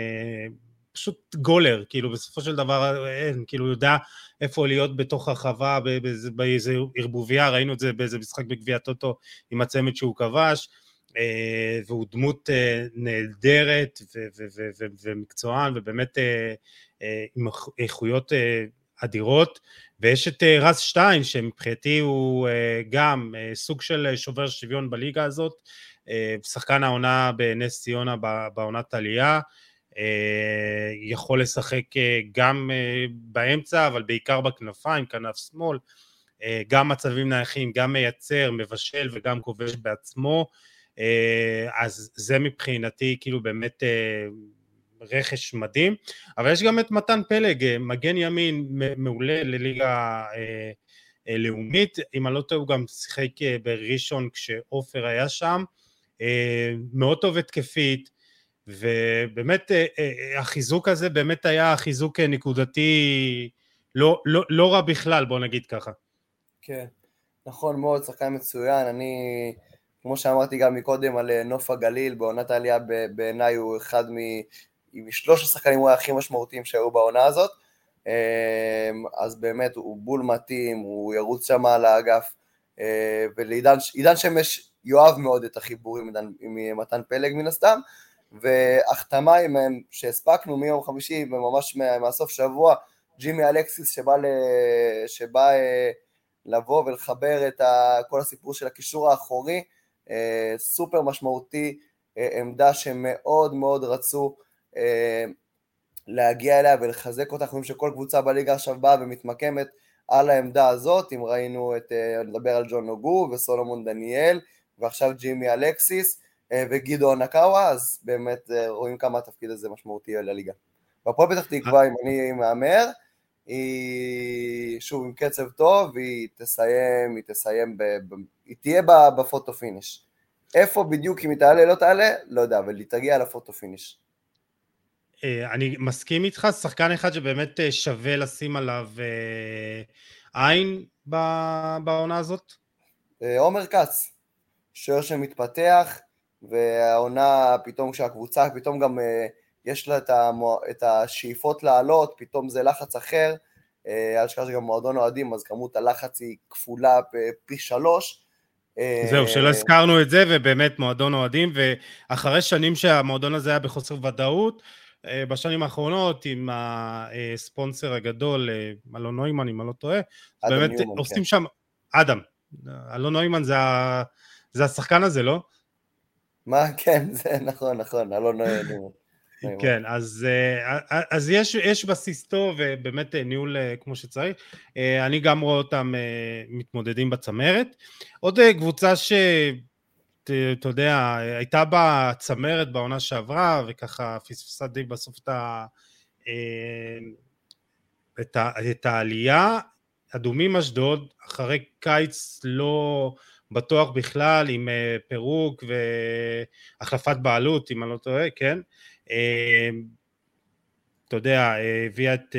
פשוט גולר, כאילו בסופו של דבר, כאילו יודע איפה להיות בתוך הרחבה, באיזה ערבוביה, ראינו את זה באיזה משחק בגביע הטוטו, עם הצמד שהוא כבש, והוא דמות נהדרת ומקצוען, ובאמת עם איכויות אדירות, ויש את רז שטיין, שמבחינתי הוא גם סוג של שובר שוויון בליגה הזאת, שחקן העונה בנס ציונה בעונת עלייה, יכול לשחק גם באמצע, אבל בעיקר בכנפיים, כנף שמאל, גם מצבים נייחים, גם מייצר, מבשל וגם כובש בעצמו, אז זה מבחינתי כאילו באמת רכש מדהים, אבל יש גם את מתן פלג, מגן ימין מעולה לליגה לאומית, אם אני לא טועה הוא גם שיחק בראשון כשעופר היה שם, מאוד טוב התקפית, ובאמת החיזוק הזה באמת היה חיזוק נקודתי לא רע בכלל, בוא נגיד ככה. כן, נכון מאוד, שחקן מצוין, אני כמו שאמרתי גם מקודם על נוף הגליל, בעונת העלייה בעיניי הוא אחד משלוש השחקנים הכי משמעותיים שהיו בעונה הזאת, אז באמת הוא בול מתאים, הוא ירוץ שם על האגף, ולעידן שמש יאהב מאוד את החיבורים עם מתן פלג מן הסתם, והחתמה שהספקנו מיום חמישי, ממש מהסוף שבוע, ג'ימי אלקסיס שבא לבוא ולחבר את כל הסיפור של הקישור האחורי, סופר משמעותי, עמדה שמאוד מאוד רצו להגיע אליה ולחזק אותה, חושבים שכל קבוצה בליגה עכשיו באה ומתמקמת על העמדה הזאת, אם ראינו נדבר על ג'ון נוגו וסולומון דניאל, ועכשיו ג'ימי אלקסיס וגידו נקאווה, אז באמת רואים כמה התפקיד הזה משמעותי לליגה. והפועל פתח תקווה, אם אני מאמר, היא שוב עם קצב טוב, והיא תהיה בפוטו פיניש. איפה בדיוק אם היא תעלה, לא תעלה, לא יודע, אבל היא תגיע לפוטו פיניש. אני מסכים איתך, שחקן אחד שבאמת שווה לשים עליו עין בעונה הזאת? עומר קץ, שוער שמתפתח, והעונה פתאום כשהקבוצה, פתאום גם יש לה את השאיפות לעלות, פתאום זה לחץ אחר, אל שכח שגם מועדון אוהדים, אז כמות הלחץ היא כפולה פי 3. זהו, שלא הזכרנו את זה, ובאמת מועדון אוהדים, ואחרי שנים שהמועדון הזה היה בחוסר ודאות, בשנים האחרונות עם הספונסר הגדול, מלון נוימן, אם אני לא טועה, באמת עושים שם, אדם, אלון נוימן זה השחקן הזה, לא? מה? כן, זה נכון, אלון נוימן. כן, אז יש בסיס טוב, ובאמת ניהול כמו שצריך. אני גם רואה אותם מתמודדים בצמרת. עוד קבוצה אתה יודע, הייתה בצמרת בעונה שעברה, וככה פספסה די בסוף את העלייה. אדומים אשדוד, אחרי קיץ לא בטוח בכלל, עם פירוק והחלפת בעלות, אם אני לא טועה, כן? אתה יודע, הביאה את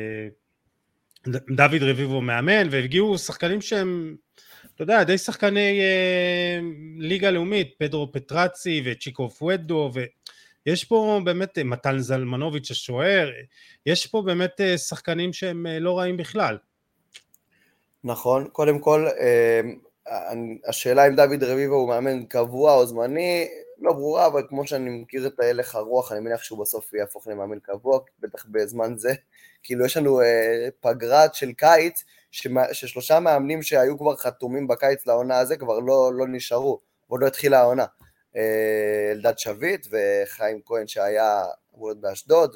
דוד רביבו מאמן, והגיעו שחקנים שהם, אתה יודע, די שחקני ליגה לאומית, פדרו פטרצי וצ'יקו פואדו, ויש פה באמת מתן זלמנוביץ' השוער, יש פה באמת שחקנים שהם לא רעים בכלל. נכון, קודם כל, השאלה אם דוד רביבו הוא מאמן קבוע או זמני, לא ברורה, אבל כמו שאני מכיר את הלך הרוח, אני מניח שהוא בסוף יהפוך למאמן קבוע, בטח בזמן זה, כאילו יש לנו פגרת של קיץ, ששלושה מאמנים שהיו כבר חתומים בקיץ לעונה הזה, כבר לא נשארו, עוד לא התחילה העונה. אלדד שביט וחיים כהן שהיה אמור להיות באשדוד,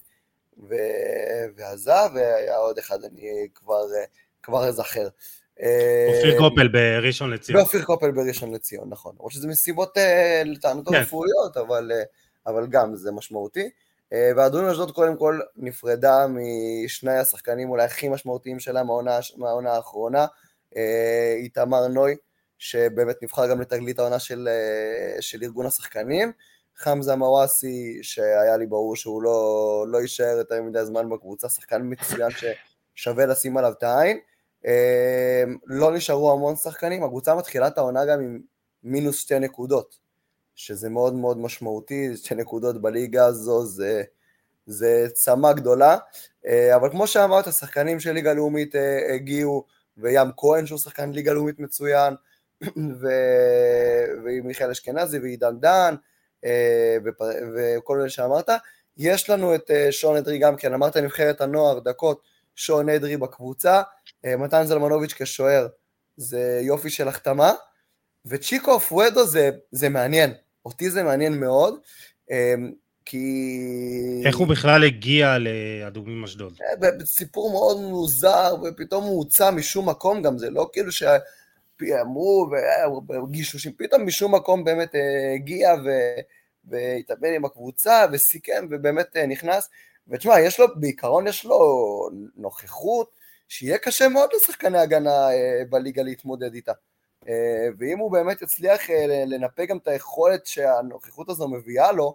ועזב, והיה עוד אחד, אני כבר אזכר. אופיר קופל בראשון לציון. ואופיר קופל בראשון לציון, נכון. או שזה מסיבות לטענות רפואיות, אבל גם זה משמעותי. והאדומים אשדוד קודם כל נפרדה משני השחקנים אולי הכי משמעותיים שלה מהעונה האחרונה, איתמר נוי, שבאמת נבחר גם לתגלית העונה של ארגון השחקנים, חמזה מוואסי, שהיה לי ברור שהוא לא יישאר יותר מדי זמן בקבוצה, שחקן מצוין ששווה לשים עליו את העין. לא נשארו המון שחקנים, הקבוצה מתחילה את העונה גם עם מינוס 2 נקודות, שזה מאוד מאוד משמעותי, 2 נקודות בליגה הזו, זה צמה גדולה, אבל כמו שאמרת, השחקנים של ליגה לאומית הגיעו, וים כהן שהוא שחקן ליגה לאומית מצוין, ומיכאל אשכנזי ועידן דן, וכל אלה שאמרת. יש לנו את שון אדרי גם כן, אמרת נבחרת הנוער, דקות, שון אדרי בקבוצה, מתן זלמנוביץ' כשוער, זה יופי של החתמה, וצ'יקו פואדו זה מעניין, אותי זה מעניין מאוד, כי... איך הוא בכלל הגיע לאדומים אשדוד? סיפור מאוד מוזר, ופתאום הוא הוצא משום מקום, גם זה לא כאילו שאמרו והרגישו שפתאום משום מקום באמת הגיע והתאמן עם הקבוצה וסיכם ובאמת נכנס, ותשמע, בעיקרון יש לו נוכחות, שיהיה קשה מאוד לשחקני הגנה בליגה להתמודד איתה. ואם הוא באמת יצליח לנפק גם את היכולת שהנוכחות הזו מביאה לו,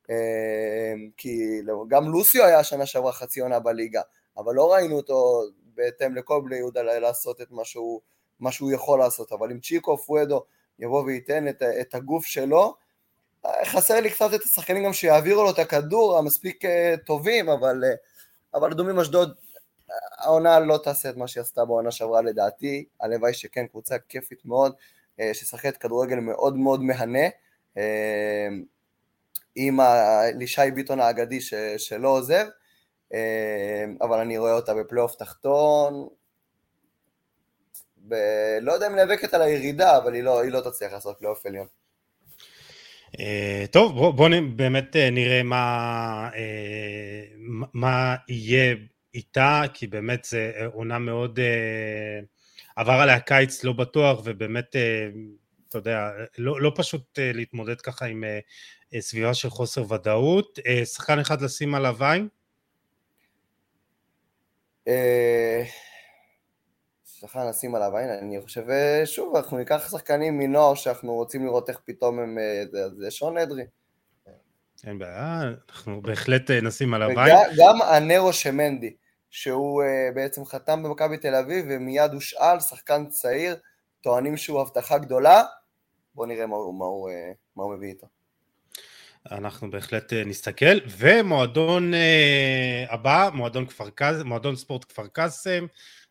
כי גם לוסיו היה שנה שעברה חצי עונה בליגה, אבל לא ראינו אותו בהתאם לכל בני יהודה לעשות את מה שהוא יכול לעשות, אבל אם צ'יקו פואדו יבוא וייתן את הגוף שלו, חסר לי קצת את השחקנים גם שיעבירו לו את הכדור, המספיק טובים, אבל אדומים אשדוד, העונה לא תעשה את מה שהיא עשתה בעונה שעברה לדעתי, הלוואי שכן, קבוצה כיפית מאוד, ששחקת כדורגל מאוד מאוד מהנה, עם לישי ביטון האגדי שלא עוזב, אבל אני רואה אותה בפלייאוף תחתון, לא יודע אם נאבקת על הירידה, אבל היא לא תצליח לעשות פלייאוף עליון. טוב, בואו באמת נראה מה יהיה איתה, כי באמת זה עונה מאוד, עבר עליה קיץ לא בטוח, ובאמת, אתה יודע, לא פשוט להתמודד ככה עם סביבה של חוסר ודאות. שחקן אחד לשים עליו עין? שחקן לשים עליו עין, אני חושב, שוב, אנחנו ניקח שחקנים מנוער שאנחנו רוצים לראות איך פתאום הם, זה שון אדרי. אין בעיה, אנחנו בהחלט נשים עליו עין. וגם הנרו שמנדי, שהוא בעצם חתם במכבי תל אביב, ומיד הושאל, שחקן צעיר, טוענים שהוא הבטחה גדולה, בואו נראה מה הוא מביא איתו. אנחנו בהחלט נסתכל, ומועדון הבא, מועדון ספורט כפר קאסם,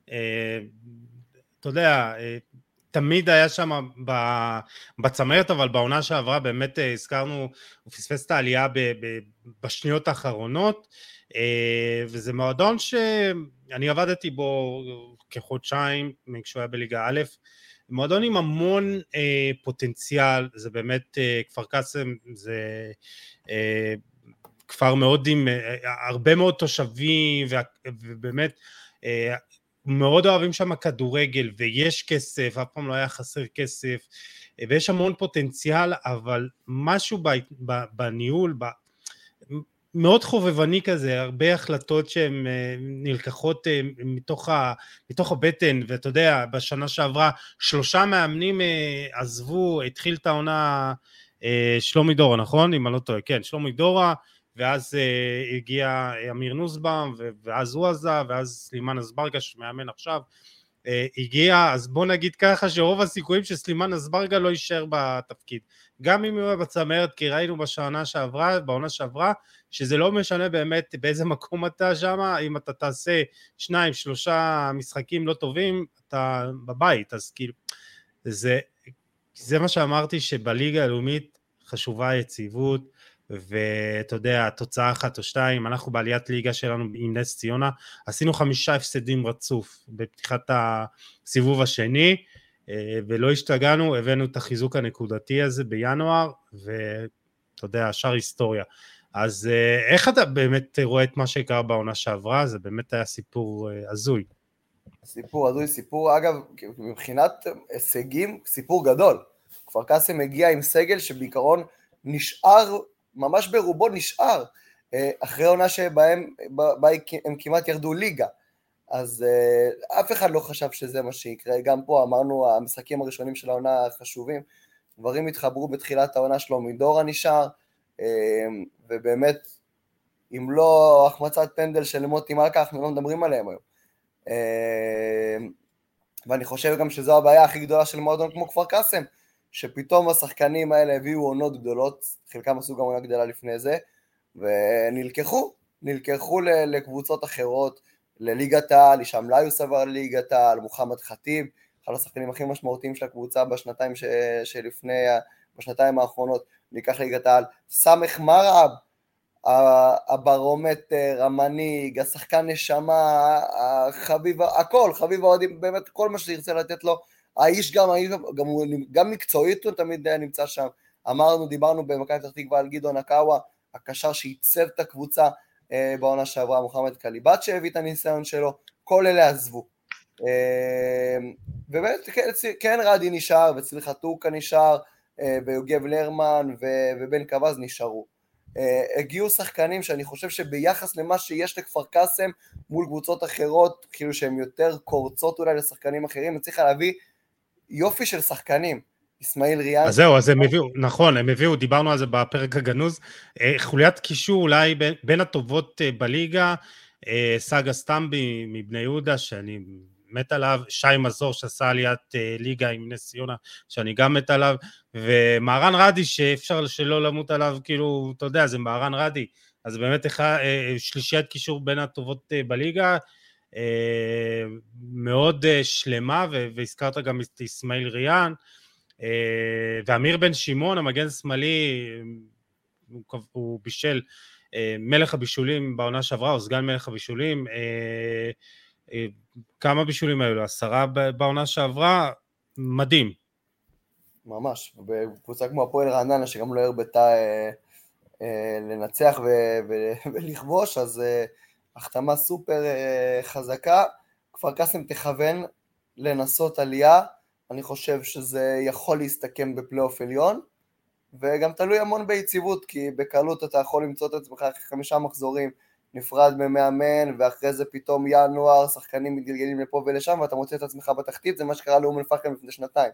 אתה יודע, תמיד היה שם בצמרת, אבל בעונה שעברה באמת הזכרנו, הוא פספס את העלייה בשניות האחרונות, וזה מועדון שאני עבדתי בו כחודשיים כשהוא היה בליגה א', מועדון עם המון פוטנציאל, זה באמת, כפר קאסם זה כפר מאוד עם הרבה מאוד תושבים, ובאמת מאוד אוהבים שם כדורגל, ויש כסף, אף פעם לא היה חסר כסף, ויש המון פוטנציאל, אבל משהו בניהול, מאוד חובבני כזה, הרבה החלטות שהן נלקחות מתוך הבטן, ואתה יודע, בשנה שעברה 3 מאמנים עזבו, התחיל את העונה שלומי דורה, נכון? אם אני לא טועה, כן, שלומי דורה, ואז הגיע אמיר נוסבאום, ואז הוא עזב, ואז סלימן אזברגה שמאמן עכשיו, הגיע, אז בוא נגיד ככה שרוב הסיכויים שסלימן אזברגה לא יישאר בתפקיד, גם אם הוא בצמרת, כי ראינו בעונה שעברה, שזה לא משנה באמת באיזה מקום אתה שם, אם אתה תעשה 2-3 משחקים לא טובים, אתה בבית, אז כאילו, זה מה שאמרתי, שבליגה הלאומית חשובה היציבות, ואתה יודע, תוצאה 1 או 2, אנחנו בעליית ליגה שלנו עם נס ציונה, עשינו 5 הפסדים רצוף בפתיחת הסיבוב השני, ולא השתגענו, הבאנו את החיזוק הנקודתי הזה בינואר, ואתה יודע, השאר היסטוריה. אז איך אתה באמת רואה את מה שקרה בעונה שעברה? זה באמת היה סיפור הזוי. סיפור הזוי, סיפור, אגב, מבחינת הישגים, סיפור גדול. כפר קאסם הגיע עם סגל שבעיקרון נשאר, ממש ברובו נשאר, אחרי עונה שבה הם כמעט ירדו ליגה. אז אף אחד לא חשב שזה מה שיקרה. גם פה אמרנו, המשחקים הראשונים של העונה חשובים, דברים התחברו בתחילת העונה שלו, מדורה נשאר, ובאמת, אם לא החמצת פנדל של מוטי מלכה, אנחנו לא מדברים עליהם היום. ואני חושב גם שזו הבעיה הכי גדולה של מועדון כמו כפר קאסם, שפתאום השחקנים האלה הביאו עונות גדולות, חלקם עשו גם עונה גדולה לפני זה, ונלקחו לקבוצות אחרות, לליגת העל, הישאם ליוס עבר לליגת העל, מוחמד חטיב, אחד השחקנים הכי משמעותיים של הקבוצה בשנתיים האחרונות, ניקח ליגת העל, סמך מרעב, הברומטר, המנהיג, השחקן נשמה, חביב, הכל, חביב האוהדים, באמת כל מה שירצה לתת לו, האיש גם מקצועית הוא תמיד נמצא שם, דיברנו במכבי פתח תקווה על גדעון עקאווה, הקשר שעיצב את הקבוצה בעונה שעברה, מוחמד קליבת שהביא את הניסיון שלו, כל אלה עזבו. ובאמת כן רדי נשאר, וצליחה טורקה נשאר, ויוגב לרמן ובן קבז נשארו. הגיעו שחקנים שאני חושב שביחס למה שיש לכפר קאסם מול קבוצות אחרות, כאילו שהם יותר קורצות אולי לשחקנים אחרים, אני צריך להביא יופי של שחקנים. אסמאעיל ריאן. אז זהו, אז הם הביאו, נכון, הם הביאו, דיברנו על זה בפרק הגנוז, חוליית קישור אולי בין הטובות בליגה, סגה סטמבי מבני יהודה, שאני מת עליו, שי מזור שעשה עליית ליגה עם נס ציונה, שאני גם מת עליו, ומהרן רדי שאפשר שלא למות עליו, כאילו, אתה יודע, זה מהרן רדי, אז באמת שלישיית קישור בין הטובות בליגה, מאוד שלמה, והזכרת גם את אסמאעיל ריאן, ואמיר בן שמעון, המגן שמאלי, הוא בישל מלך הבישולים בעונה שעברה, או סגן מלך הבישולים, כמה בישולים היו לו? 10 בעונה שעברה, מדהים. ממש, בקבוצה כמו הפועל רעננה, שגם לא הרבתה לנצח ולכבוש, אז החתמה סופר חזקה, כפר קאסם תכוון לנסות עלייה, אני חושב שזה יכול להסתכם בפלייאוף עליון, וגם תלוי המון ביציבות, כי בקלות אתה יכול למצוא את עצמך אחרי 5 מחזורים, נפרד ממאמן, ואחרי זה פתאום ינואר, שחקנים מתגלגלים לפה ולשם, ואתה מוצא את עצמך בתחתית, זה מה שקרה לאום אל-פחם לפני 2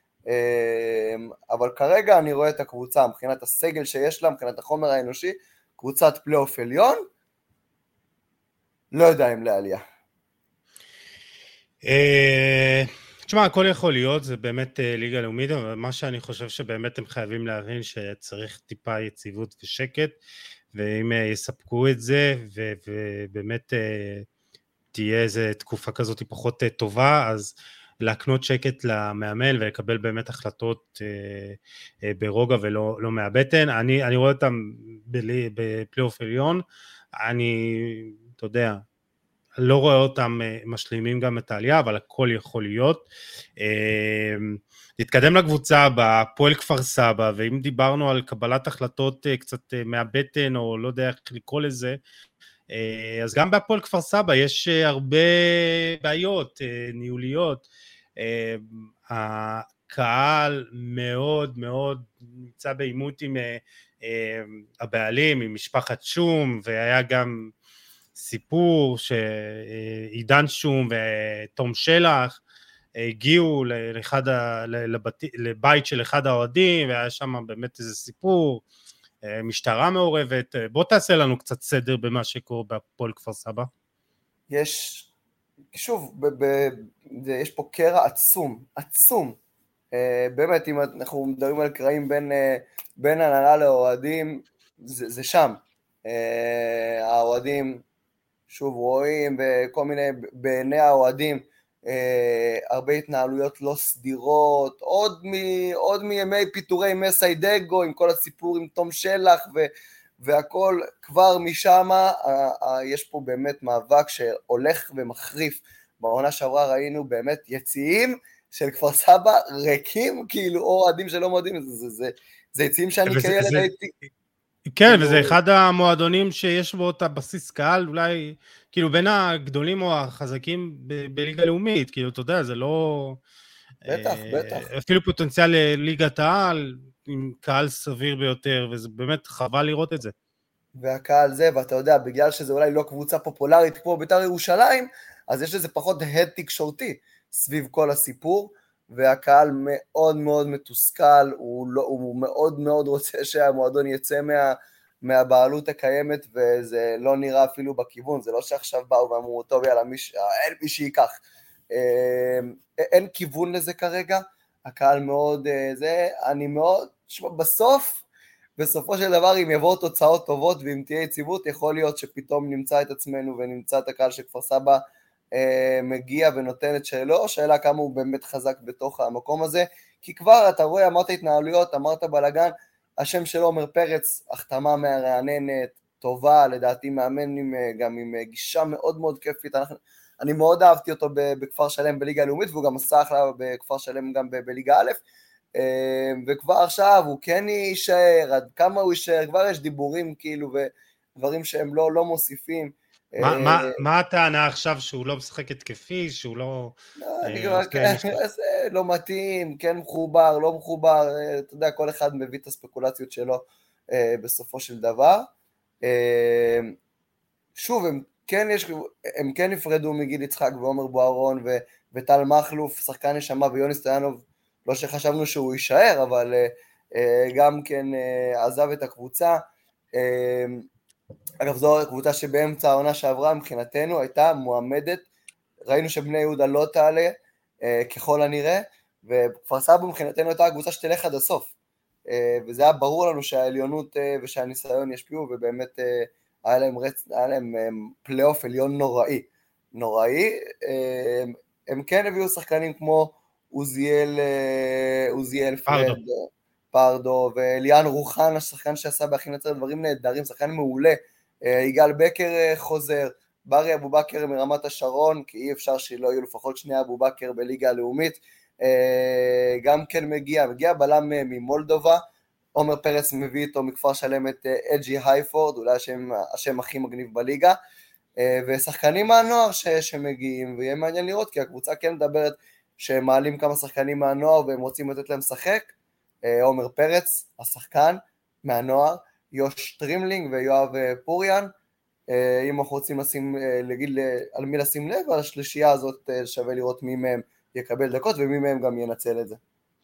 אבל כרגע אני רואה את הקבוצה, מבחינת הסגל שיש לה, מבחינת החומר האנושי, קבוצת פלייאוף עליון, לא יודע אם לעלייה. תשמע, הכל יכול להיות, זה באמת ליגה לאומית, אבל מה שאני חושב שבאמת הם חייבים להבין שצריך טיפה יציבות ושקט, ואם יספקו את זה, ובאמת תהיה איזו תקופה כזאת פחות טובה, אז להקנות שקט למאמן ולקבל באמת החלטות ברוגע ולא מהבטן. אני רואה אותם בפלייאוף עליון, אני, אתה יודע, לא רואה אותם משלימים גם את העלייה, אבל הכל יכול להיות. נתקדם לקבוצה בפועל כפר סבא, ואם דיברנו על קבלת החלטות קצת מהבטן, או לא יודע איך לקרוא לזה, אז גם בהפועל כפר סבא יש הרבה בעיות ניהוליות. הקהל מאוד מאוד נמצא בעימות עם הבעלים, עם משפחת שום, והיה גם סיפור שעידן שום ותום שלח הגיעו לבית של אחד האוהדים, והיה שם באמת איזה סיפור, משטרה מעורבת. בוא תעשה לנו קצת סדר במה שקורה בהפועל כפר סבא. יש, שוב, יש פה קרע עצום. באמת, אם אנחנו מדברים על קרעים בין הנהלה לאוהדים, זה שם. האוהדים, שוב, רואים בכל מיני, בעיני האוהדים, הרבה התנהלויות לא סדירות, עוד מימי פיטורי מסיידגו, עם כל הסיפור עם תום שלח והכל, כבר משם יש פה באמת מאבק שהולך ומחריף. בעונה שעברה ראינו באמת יציאים של כפר סבא ריקים, כאילו, או אוהדים שלא מועדים, זה יציאים שאני כילד הייתי... כן, וזה אחד המועדונים שיש בו את הבסיס קהל, אולי, כאילו, בין הגדולים או החזקים בליגה לאומית, כאילו, אתה יודע, זה לא... בטח. אפילו פוטנציאל לליגת העל, עם קהל סביר ביותר, וזה באמת חבל לראות את זה. והקהל זה, ואתה יודע, בגלל שזה אולי לא קבוצה פופולרית כמו בית"ר ירושלים, אז יש לזה פחות הד תקשורתי סביב כל הסיפור, והקהל מאוד מאוד מתוסכל, הוא מאוד מאוד רוצה שהמועדון יצא מהבעלות הקיימת, וזה לא נראה אפילו בכיוון, זה לא שעכשיו באו ואמרו, טוב יאללה, אין מי שיקח. אין כיוון לזה כרגע, הקהל מאוד, אני מאוד, בסופו של דבר, אם יבואו תוצאות טובות ואם תהיה יציבות, יכול להיות שפתאום נמצא את עצמנו ונמצא את הקהל שכפר סבא מגיע ונותן את שלו, שאלה כמה הוא באמת חזק בתוך המקום הזה, כי כבר אתה רואה, אמרת התנהלויות, אמרת בלגן, השם של עומר פרץ, החתמה מהרעננת, טובה, לדעתי מאמן גם עם גישה מאוד מאוד כיפית, אני מאוד אהבתי אותו בכפר שלם בליגה הלאומית, והוא גם עשה אחלה בכפר שלם גם בליגה א', וכבר עכשיו הוא כן יישאר, עד כמה הוא יישאר, כבר יש דיבורים כאילו ודברים שהם לא מוסיפים. מה הטענה עכשיו, שהוא לא משחק התקפי, שהוא לא... לא מתאים, כן מחובר, לא מחובר, אתה יודע, כל אחד מביא את הספקולציות שלו בסופו של דבר. שוב, הם כן נפרדו מגיל יצחק ועומר בוארון וטל מחלוף, שחקן נשמה, ויוני סטויאנוב, לא שחשבנו שהוא יישאר, אבל גם כן עזב את הקבוצה. אגב, זו הקבוצה שבאמצע העונה שעברה מבחינתנו הייתה מועמדת, ראינו שבני יהודה לא תעלה ככל הנראה, וכפר סבא מבחינתנו הייתה הקבוצה שתלך עד הסוף, וזה היה ברור לנו שהעליונות ושהניסיון ישפיעו, ובאמת היה להם פלייאוף עליון נוראי. הם כן הביאו שחקנים כמו עוזיאל פרדו, ואליאן רוחן, השחקן שעשה בהכי נצרת דברים נהדרים, שחקן מעולה, יגאל בקר חוזר, ברי אבו בכר מרמת השרון, כי אי אפשר שלא יהיו לפחות שני אבו בכר בליגה הלאומית, גם כן מגיע בלם ממולדובה, עומר פרץ מביא איתו מכפר שלם את אג'י הייפורד, אולי השם הכי מגניב בליגה, ושחקנים מהנוער שמגיעים, ויהיה מעניין לראות, כי הקבוצה כן מדברת שהם מעלים כמה שחקנים מהנוער, והם רוצים לתת להם שחק, עומר פרץ, השחקן מהנוער, יוש טרימלינג ויואב פוריאן, אם אנחנו רוצים להגיד על מי לשים לב, על השלישייה הזאת שווה לראות מי מהם יקבל דקות, ומי מהם גם ינצל את זה.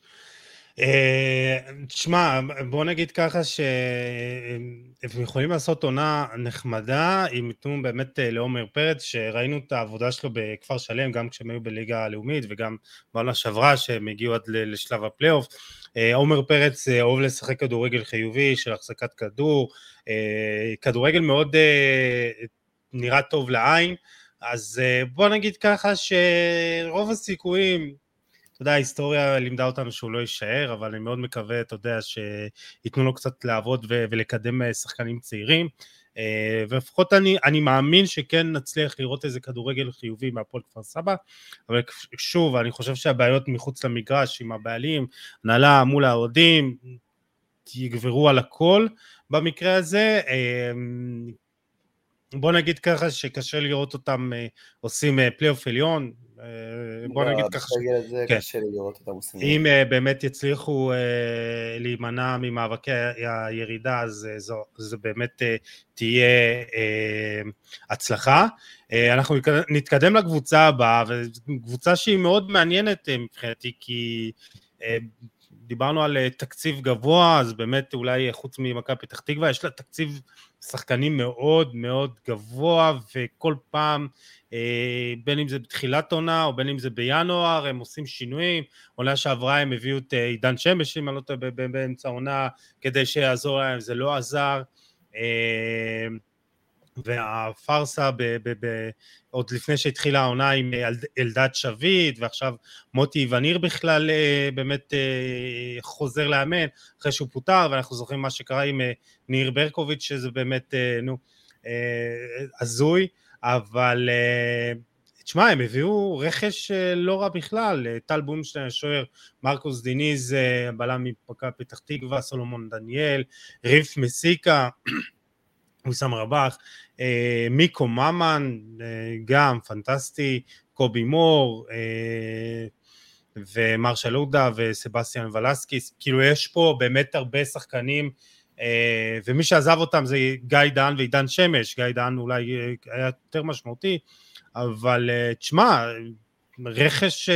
תשמע, בוא נגיד ככה שהם יכולים לעשות עונה נחמדה, אם ייתנו באמת לעומר פרץ, שראינו את העבודה שלו בכפר שלם, גם כשהם היו בליגה הלאומית, וגם בעונה שעברה שהם הגיעו עד לשלב הפלייאוף. עומר פרץ אוהב לשחק כדורגל חיובי של החזקת כדור, כדורגל מאוד נראה טוב לעין, אז בוא נגיד ככה שרוב הסיכויים, אתה יודע, ההיסטוריה לימדה אותנו שהוא לא יישאר, אבל אני מאוד מקווה, אתה יודע, שיתנו לו קצת לעבוד ולקדם שחקנים צעירים. ולפחות אני מאמין שכן נצליח לראות איזה כדורגל חיובי מהפועל כפר סבא, אבל שוב, אני חושב שהבעיות מחוץ למגרש עם הבעלים, הנהלה מול האוהדים, יגברו על הכל במקרה הזה. בוא נגיד ככה שקשה לראות אותם עושים פלייאוף עליון, בוא נגיד ככה קשה לראות אותם עושים. אם באמת יצליחו להימנע ממאבקי הירידה, אז זה באמת תהיה הצלחה. אנחנו נתקדם לקבוצה הבאה, וקבוצה שהיא מאוד מעניינת מבחינתי, כי דיברנו על תקציב גבוה, אז באמת אולי חוץ ממכבי פתח תקווה, יש לה תקציב שחקנים מאוד מאוד גבוה, וכל פעם, בין אם זה בתחילת עונה, או בין אם זה בינואר, הם עושים שינויים. עונה שעברה הם הביאו את עידן שמש, אם אני לא טועה, באמצע עונה, כדי שיעזור להם, זה לא עזר. והפרסה עוד לפני שהתחילה העונה עם אלדד שביט, ועכשיו מוטי וניר בכלל באמת חוזר לאמן אחרי שהוא פוטר, ואנחנו זוכרים מה שקרה עם ניר ברקוביץ', שזה באמת הזוי, אבל תשמע, הם הביאו רכש לא רע בכלל, טל בומשטיין השוער, מרקוס דיניז בלם ממכבי פתח תקווה, סולומון דניאל, ריף מסיקה, ויסאם רבח, מיקו ממן, גם פנטסטי, קובי מור, ומרשל אודה וסבסטיאן ולסקיס. כאילו יש פה באמת הרבה שחקנים, ומי שעזב אותם זה גיא דהן ועידן שמש. גיא דהן אולי היה יותר משמעותי, אבל תשמע, רכש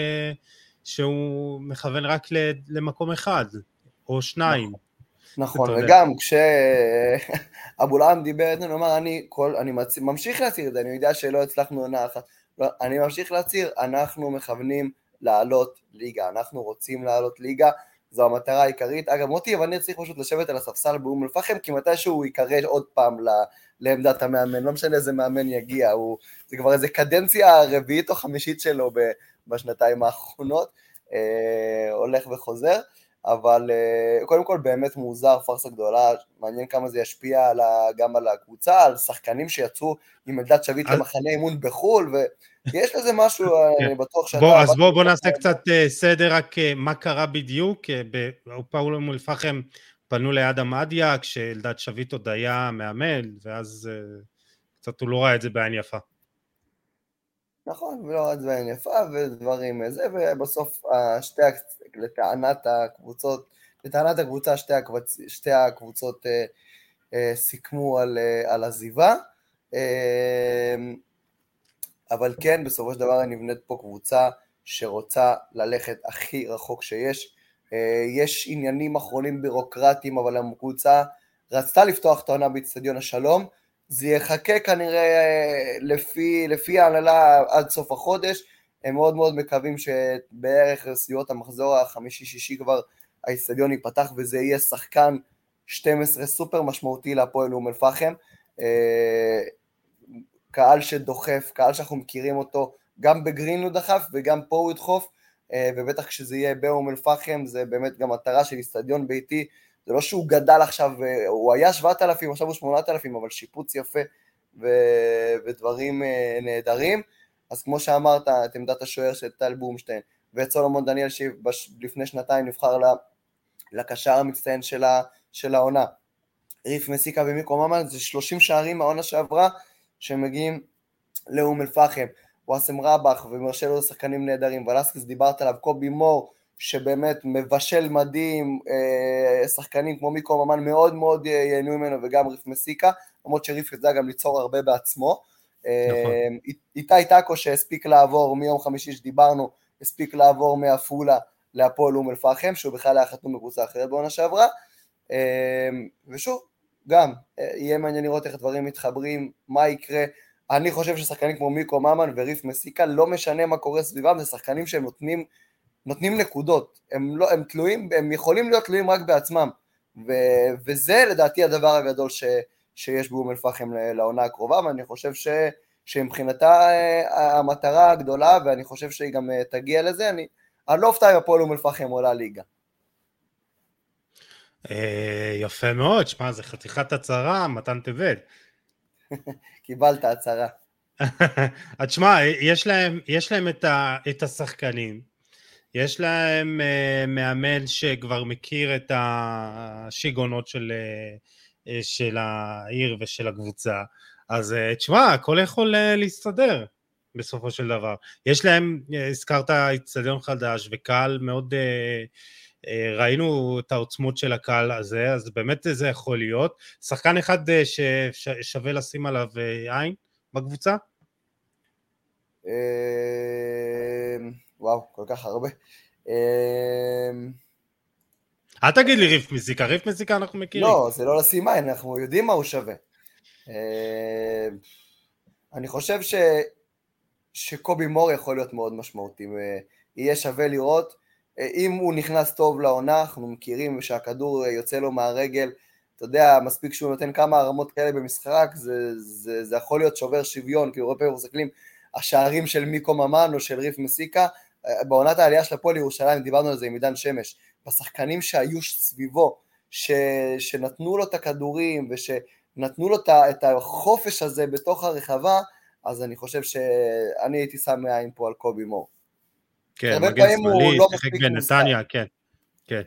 שהוא מכוון רק למקום אחד או שניים. נכון, וגם כשאבולעם דיבר איתנו, הוא אמר, אני ממשיך להצהיר את זה, אני יודע שלא הצלחנו עונה אחת, אני ממשיך להצהיר, אנחנו מכוונים לעלות ליגה, אנחנו רוצים לעלות ליגה, זו המטרה העיקרית. אגב, מוטי וניר צריך פשוט לשבת על הספסל באום אל-פחם, כי מתישהו הוא יקרא עוד פעם לעמדת המאמן, לא משנה איזה מאמן יגיע, זה כבר איזה קדנציה רביעית או חמישית שלו בשנתיים האחרונות, הולך וחוזר. אבל קודם כל באמת מוזר, פרסה גדולה, מעניין כמה זה ישפיע גם על הקבוצה, על שחקנים שיצאו עם אלדד שביט למחנה אימון בחול, ויש לזה משהו, אני בטוח שאתה... אז בוא נעשה קצת סדר, רק מה קרה בדיוק. בפועל אום אל-פחם פנו ליד המדיה, כשאלדד שביט עוד היה מאמן, ואז קצת הוא לא ראה את זה בעין יפה. נכון, ולא ראה את זה בעין יפה, ודברים איזה, ובסוף לטענת הקבוצה, שתי הקבוצות סיכמו על עזיבה, אבל כן, בסופו של דבר נבנית פה קבוצה שרוצה ללכת הכי רחוק שיש. יש עניינים אחרונים בירוקרטיים, אבל הקבוצה רצתה לפתוח את העונה באצטדיון השלום, זה יחכה כנראה לפי ההנהלה עד סוף החודש, הם מאוד מאוד מקווים שבערך לסיעות המחזור החמישי-שישי כבר האצטדיון ייפתח, וזה יהיה שחקן 12 סופר משמעותי להפועל אום אל-פחם, קהל שדוחף, קהל שאנחנו מכירים אותו, גם בגרין הוא דחף וגם פה הוא ידחוף, ובטח כשזה יהיה באום אל-פחם, זה באמת גם מטרה של אצטדיון ביתי, זה לא שהוא גדל עכשיו, הוא היה 7,000, עכשיו הוא 8,000, אבל שיפוץ יפה ודברים נהדרים. אז כמו שאמרת, את עמדת השוער של טל בומשטיין, ואת סולומון דניאל שלפני שנתיים נבחר לקשר המצטיין של העונה. ריף מסיקה ומיקו ממן, זה 30 שערים מהעונה שעברה, שמגיעים לאום אל-פחם. וואסם רבח ומרשל עוד שחקנים נהדרים, ולסקיס דיברת עליו, קובי מור, שבאמת מבשל מדהים, שחקנים כמו מיקו ממן מאוד מאוד ייהנו ממנו, וגם ריף מסיקה, למרות שריף ידע גם ליצור הרבה בעצמו. איתי טאקו שהספיק לעבור מיום חמישי שדיברנו, הספיק לעבור מעפולה להפועל אום אל-פחם, שהוא בכלל היה חתום בקבוצה אחרת בעונה שעברה, ושוב, גם יהיה מעניין לראות איך הדברים מתחברים, מה יקרה. אני חושב ששחקנים כמו מיקו ממן וריף מסיקה, לא משנה מה קורה סביבם, זה שחקנים שהם נותנים נקודות, הם תלויים, הם יכולים להיות תלויים רק בעצמם, וזה לדעתי הדבר הגדול שיש באום אל-פחם לעונה הקרובה, ואני חושב שמבחינתה המטרה הגדולה, ואני חושב שהיא גם תגיע לזה, אני לא אופתע אם הפועל אום אל-פחם עולה ליגה. יפה מאוד, שמע, זה חתיכת הצהרה, מתן טבת. קיבלת הצהרה. אז שמע, יש להם את השחקנים, יש להם מאמן שכבר מכיר את השיגעונות של העיר ושל הקבוצה, אז תשמע, הכל יכול להסתדר בסופו של דבר. יש להם, הזכרת אצטדיון חדש וקהל מאוד, ראינו את העוצמות של הקהל הזה, אז באמת זה יכול להיות. שחקן אחד ששווה לשים עליו עין בקבוצה? וואו, כל כך הרבה. אל תגיד לי ריף מזיקה, ריף מזיקה אנחנו מכירים. לא, זה לא לשים עין, אנחנו יודעים מה הוא שווה. אני חושב שקובי מור יכול להיות מאוד משמעותי, יהיה שווה לראות, אם הוא נכנס טוב לעונה, אנחנו מכירים שהכדור יוצא לו מהרגל, אתה יודע, מספיק שהוא נותן כמה הרמות כאלה במשחק, זה יכול להיות שובר שוויון, כי הרבה פעמים מסתכלים, השערים של מיקו ממן או של ריף מסיקה, בעונת העלייה של הפועל ירושלים, דיברנו על זה עם עידן שמש, בשחקנים שהיו סביבו, שנתנו לו את הכדורים, ושנתנו לו את החופש הזה בתוך הרחבה, אז אני חושב שאני הייתי שם מעין פה על קובי מור. כן, מגן שמאלי, שיחק בנתניה, כן, כן.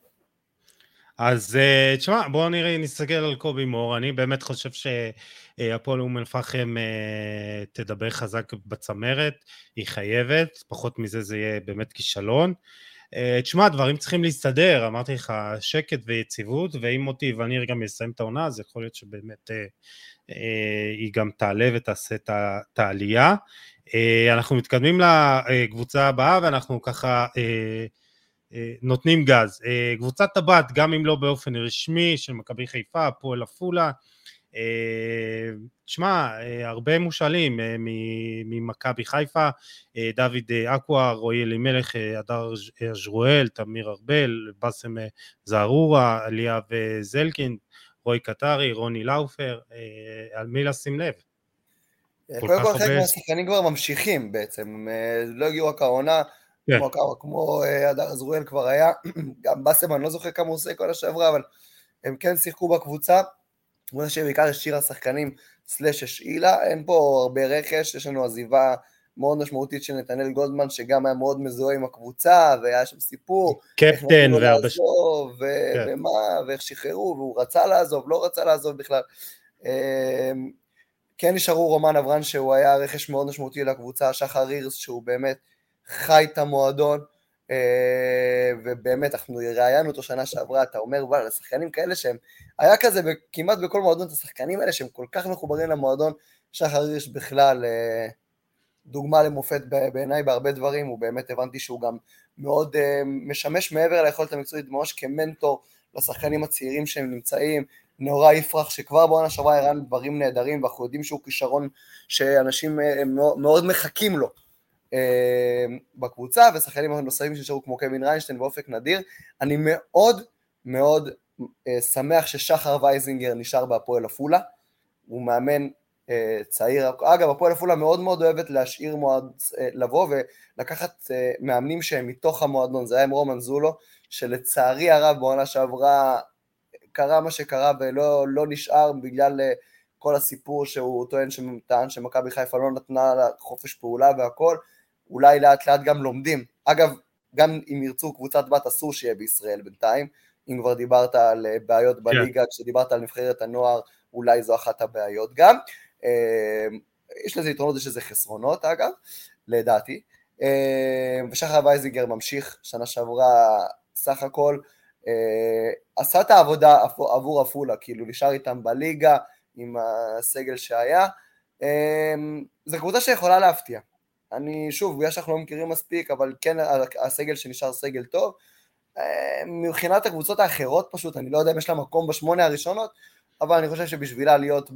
אז תשמע, בואו נראה, נסתכל על קובי מור, אני באמת חושב שהפועל אום אל-פחם תדבר חזק בצמרת, היא חייבת, פחות מזה זה יהיה באמת כישלון. תשמע, דברים צריכים להסתדר, אמרתי לך, שקט ויציבות, ואם מוטי וניר גם יסיים את העונה, אז יכול להיות שבאמת היא גם תעלה ותעשה את העלייה. אנחנו מתקדמים לקבוצה הבאה, ואנחנו ככה נותנים גז. קבוצת הבת, גם אם לא באופן רשמי, של מכבי חיפה, הפועל עפולה, תשמע, הרבה מושאלים ממכבי חיפה, דוד אקווה, רועי אלימלך, הדר ז'רואל, תמיר ארבל, בסם זערורה, אליאב זלקין, רועי קטרי, רוני לאופר, על מי לשים לב? קודם כל חלק מהשחקנים כבר ממשיכים בעצם, לא הגיעו רק העונה, כמו הדר ז'רואל כבר היה, גם בסם אני לא זוכר כמה הוא עושה כל השעברה, אבל הם כן שיחקו בקבוצה, כמו שבעיקר יש שיר השחקנים סלש השאילה, אין פה הרבה רכש, יש לנו עזיבה מאוד משמעותית של נתנאל גולדמן, שגם היה מאוד מזוהה עם הקבוצה, והיה שם סיפור, קפטן, ומה, ואיך שחררו, והוא רצה לעזוב, לא רצה לעזוב בכלל. כן נשארו רומן אברן, שהוא היה רכש מאוד משמעותי לקבוצה, שחר הירס, שהוא באמת חי את המועדון, ובאמת אנחנו ראיינו אותו שנה שעברה, אתה אומר, וואלה, לשחקנים כאלה שהם, היה כזה כמעט בכל מועדון, את השחקנים האלה שהם כל כך מחוברים למועדון, שחר הירש בכלל דוגמה למופת בעיניי בהרבה דברים, הוא באמת הבנתי שהוא גם מאוד משמש מעבר ליכולת המקצועית, ממש כמנטור לשחקנים הצעירים שהם נמצאים, נאורה יפרח שכבר בעונה שעברה הראה דברים נהדרים, ואנחנו יודעים שהוא כישרון שאנשים מאוד מחכים לו, בקבוצה, ושחקנים הנוספים שנשארו כמו קווין ריינשטיין באופק נדיר. אני מאוד מאוד שמח ששחר וייזינגר נשאר בהפועל עפולה, הוא מאמן צעיר, אגב הפועל עפולה מאוד מאוד אוהבת להשאיר לבוא ולקחת מאמנים שהם מתוך המועדון, זה היה עם רומן זולו, שלצערי הרב בעונה שעברה קרה מה שקרה ולא נשאר בגלל כל הסיפור שהוא טען שמכבי חיפה לא נתנה חופש פעולה והכל, אולי לאט לאט גם לומדים. אגב, גם אם ירצו קבוצת בת אסור שיהיה בישראל בינתיים, אם כבר דיברת על בעיות בליגה, כשדיברת על נבחרת הנוער, אולי זו אחת הבעיות גם. יש לזה יתרונות, יש לזה חסרונות אגב, לדעתי. ושחר וייזינגר ממשיך, שנה שעברה סך הכל, עשה את העבודה עבור עפולה, כאילו נשאר איתם בליגה, עם הסגל שהיה. זו קבוצה שיכולה להפתיע. אני שוב, בגלל שאנחנו לא מכירים מספיק, אבל כן הסגל שנשאר סגל טוב, מבחינת הקבוצות האחרות פשוט, אני לא יודע אם יש לה מקום בשמונה הראשונות, אבל אני חושב שבשבילה להיות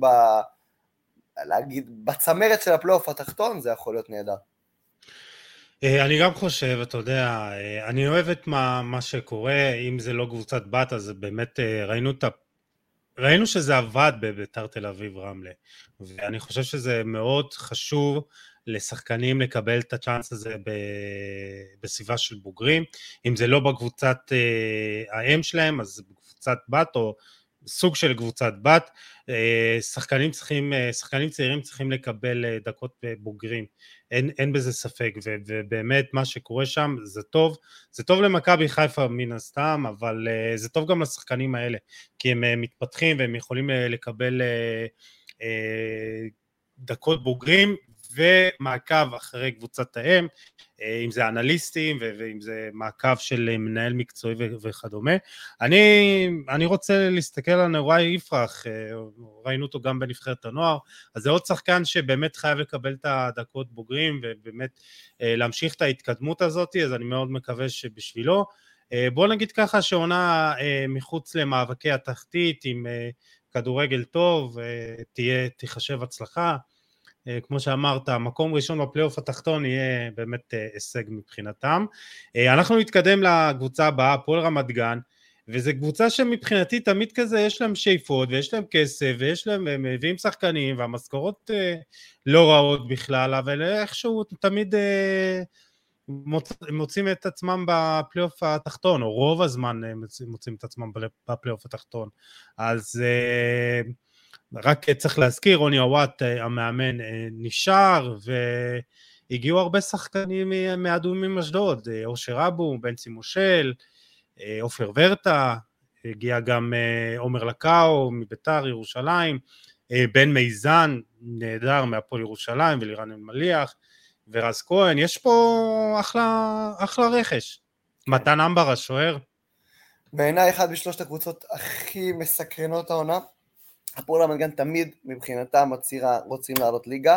בצמרת של הפלייאוף התחתון, זה יכול להיות נהדר. אני גם חושב, אתה יודע, אני אוהב את מה שקורה, אם זה לא קבוצת בת, אז באמת ראינו שזה עבד בבית"ר תל אביב רמלה, ואני חושב שזה מאוד חשוב לשחקנים לקבל את הצ'אנס הזה בסביבה של בוגרים, אם זה לא בקבוצת האם שלהם, אז קבוצת בת או סוג של קבוצת בת, שחקנים צעירים צריכים לקבל דקות בוגרים, אין בזה ספק, ובאמת מה שקורה שם זה טוב למכבי חיפה מן הסתם, אבל זה טוב גם לשחקנים האלה, כי הם מתפתחים והם יכולים לקבל דקות בוגרים, ומעקב אחרי קבוצת האם, אם זה אנליסטים ואם זה מעקב של מנהל מקצועי וכדומה. אני רוצה להסתכל על נוראי יפרח, ראינו אותו גם בנבחרת הנוער, אז זה עוד שחקן שבאמת חייב לקבל את הדקות בוגרים, ובאמת להמשיך את ההתקדמות הזאת, אז אני מאוד מקווה שבשבילו. בוא נגיד ככה שעונה מחוץ למאבקי התחתית, עם כדורגל טוב, תיחשב הצלחה, כמו שאמרת, מקום ראשון בפלייאוף התחתון יהיה באמת הישג מבחינתם. אנחנו נתקדם לקבוצה הבאה, הפועל רמת גן, וזו קבוצה שמבחינתי תמיד כזה יש להם שאיפות, ויש להם כסף, והם מביאים שחקנים, והמשכורות לא רעות בכלל, אבל איכשהו תמיד מוצאים את עצמם בפלייאוף התחתון, או רוב הזמן מוצאים את עצמם בפלייאוף התחתון. אז רק צריך להזכיר, רוני אוואט המאמן נשאר, והגיעו הרבה שחקנים מאדומים אשדוד, אושר אבו, בנצי מושל, עופר ורטה, הגיע גם עומר לקאו מביתר ירושלים, בן מיזן נהדר מהפועל ירושלים, ולירן אלמליח, ורז כהן, יש פה אחלה רכש. מתן אמבר השוער. בעיניי אחד בשלושת הקבוצות הכי מסקרנות העונה, הפועל רמת גן תמיד מבחינתם הצעירה רוצים לעלות ליגה,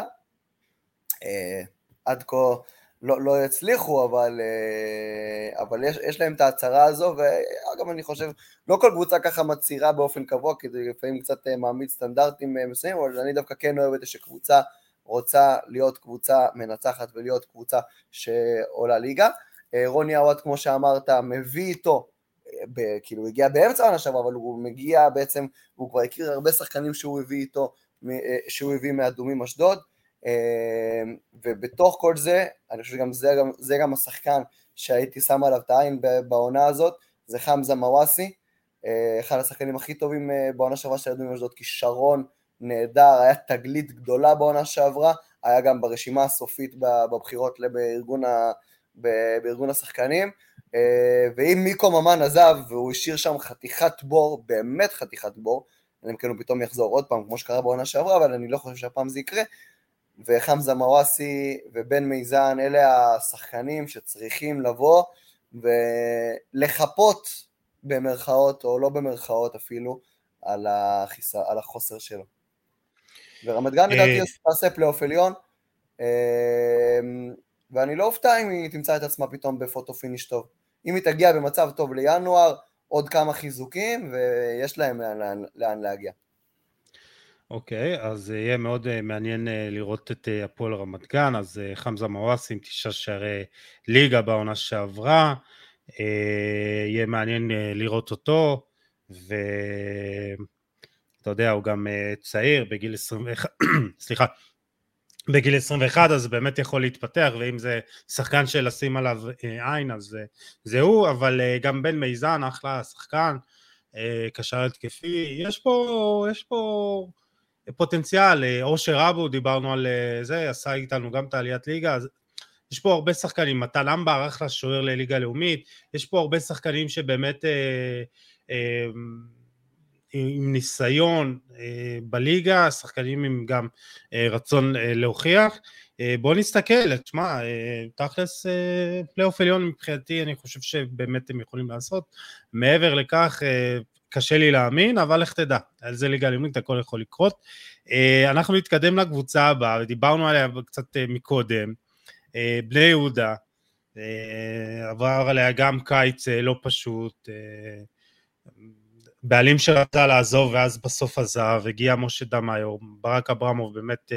עד כה לא יצליחו, אבל יש להם את ההצהרה הזו, ואגב אני חושב, לא כל קבוצה ככה מצהירה באופן קבוע, כדי לפעמים קצת מעמיד סטנדרטים מסוימים, אבל אני דווקא כן אוהב את זה שקבוצה רוצה להיות קבוצה מנצחת, ולהיות קבוצה שעולה ליגה. רוני אוואט, כמו שאמרת, מביא איתו, כאילו הוא הגיע באמצע העונה שעברה, אבל הוא מגיע בעצם, הוא כבר הכיר הרבה שחקנים שהוא הביא איתו, שהוא הביא מאדומים אשדוד, ובתוך כל זה, אני חושב שגם זה גם השחקן שהייתי שם עליו את העין בעונה הזאת, זה חמזה מוואסי, אחד השחקנים הכי טובים בעונה שעברה של אדומים אשדוד, כישרון נהדר, היה תגלית גדולה בעונה שעברה, היה גם ברשימה הסופית בבחירות בארגון השחקנים, ואם מיקו ממן עזב והוא השאיר שם חתיכת בור, באמת חתיכת בור, אני כן הוא פתאום יחזור עוד פעם כמו שקרה בעונה שעברה, אבל אני לא חושב שהפעם זה יקרה, וחמזה מוואסי ובן מיזן, אלה השחקנים שצריכים לבוא ולחפות במרכאות או לא במרכאות אפילו על החוסר שלו. ורמת גן לדעתי תעשה פלייאוף עליון, ואני לא אופתע אם היא תמצא את עצמה פתאום בפוטו פיניש טוב. אם היא תגיע במצב טוב לינואר, עוד כמה חיזוקים, ויש להם לאן להגיע. אוקיי, אז יהיה מאוד מעניין לראות את הפועל רמת גן, אז חמזה מוואסי עם 9 שערי ליגה בעונה שעברה, יהיה מעניין לראות אותו, ואתה יודע, הוא גם צעיר בגיל 21, סליחה, בגיל 21, אז באמת יכול להתפתח, ואם זה שחקן של לשים עליו עין, אז זה הוא, אבל גם בן מיזן, אחלה שחקן, קשר התקפי, יש פה פוטנציאל, אושר אבו, דיברנו על זה, עשה איתנו גם את העליית ליגה, אז יש פה הרבה שחקנים, מתן אמבר, אחלה שוער לליגה לאומית, יש פה הרבה שחקנים שבאמת עם ניסיון בליגה, שחקנים עם גם רצון להוכיח. בואו נסתכל, תשמע, תכלס פלייאוף עליון מבחינתי, אני חושב שבאמת הם יכולים לעשות, מעבר לכך קשה לי להאמין, אבל איך תדע, על זה ליגה לאומית הכל יכול לקרות. אנחנו נתקדם לקבוצה הבאה, ודיברנו עליה קצת מקודם, בני יהודה, עבר עליה גם קיץ לא פשוט, בעלים שרצה לעזוב ואז בסוף עזב, הגיע משה דמאיו, ברק אברמוב באמת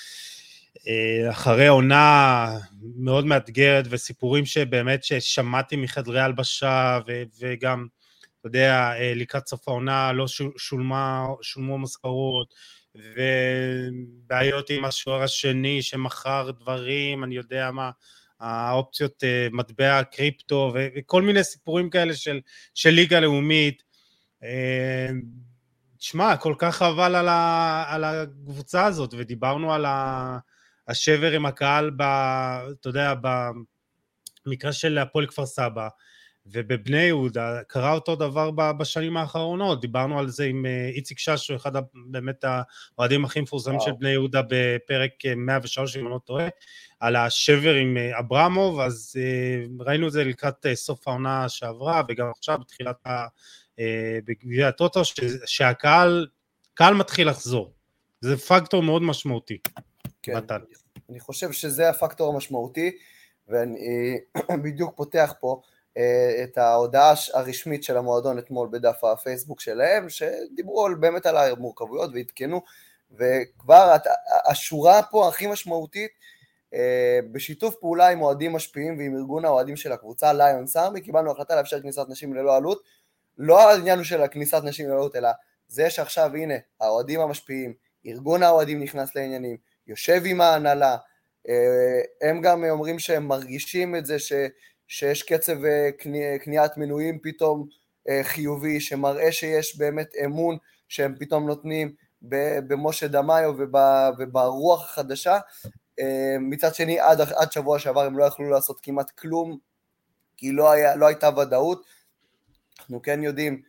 אחרי עונה מאוד מאתגרת וסיפורים שבאמת ששמעתי מחדרי הלבשה וגם אתה יודע לקראת סוף העונה לא שולמו משכורות ובעיות עם השוער השני שמכר דברים, אני יודע מה, האופציות מטבע קריפטו וכל מיני סיפורים כאלה של ליגה לאומית, תשמע, כל כך חבל על הקבוצה הזאת, ודיברנו על השבר עם הקהל, אתה יודע, במקרה של הפועל כפר סבא, ובבני יהודה, קרה אותו דבר בשנים האחרונות, דיברנו על זה עם איציק ששו, אחד באמת האוהדים הכי מפורסמים של בני יהודה, בפרק 103, אם אני לא טועה, על השבר עם אברמוב, אז ראינו את זה לקראת סוף העונה שעברה, וגם עכשיו בתחילת בגביע הטוטו, שהקהל מתחיל לחזור, זה פקטור מאוד משמעותי. כן, אני חושב שזה הפקטור המשמעותי, ואני בדיוק פותח פה את ההודעה הרשמית של המועדון אתמול בדף הפייסבוק שלהם, שדיברו באמת על המורכבויות והתקנו, וכבר השורה פה הכי משמעותית, בשיתוף פעולה עם אוהדים משפיעים ועם ארגון האוהדים של הקבוצה, ליונס ארמי, קיבלנו החלטה לאפשר כניסת נשים ללא עלות, לא העניין הוא של כניסת נשים ללא עלות, אלא זה שעכשיו הנה, האוהדים המשפיעים, ארגון האוהדים נכנס לעניינים, יושב עם ההנהלה, הם גם אומרים שהם מרגישים את זה שיש קצב קניית מנויים פתאום חיובי, שמראה שיש באמת אמון שהם פתאום נותנים במשה דמאיו וברוח החדשה. מצד שני, עד שבוע שעבר הם לא יכלו לעשות כמעט כלום, כי לא הייתה ודאות. אנחנו כן יודעים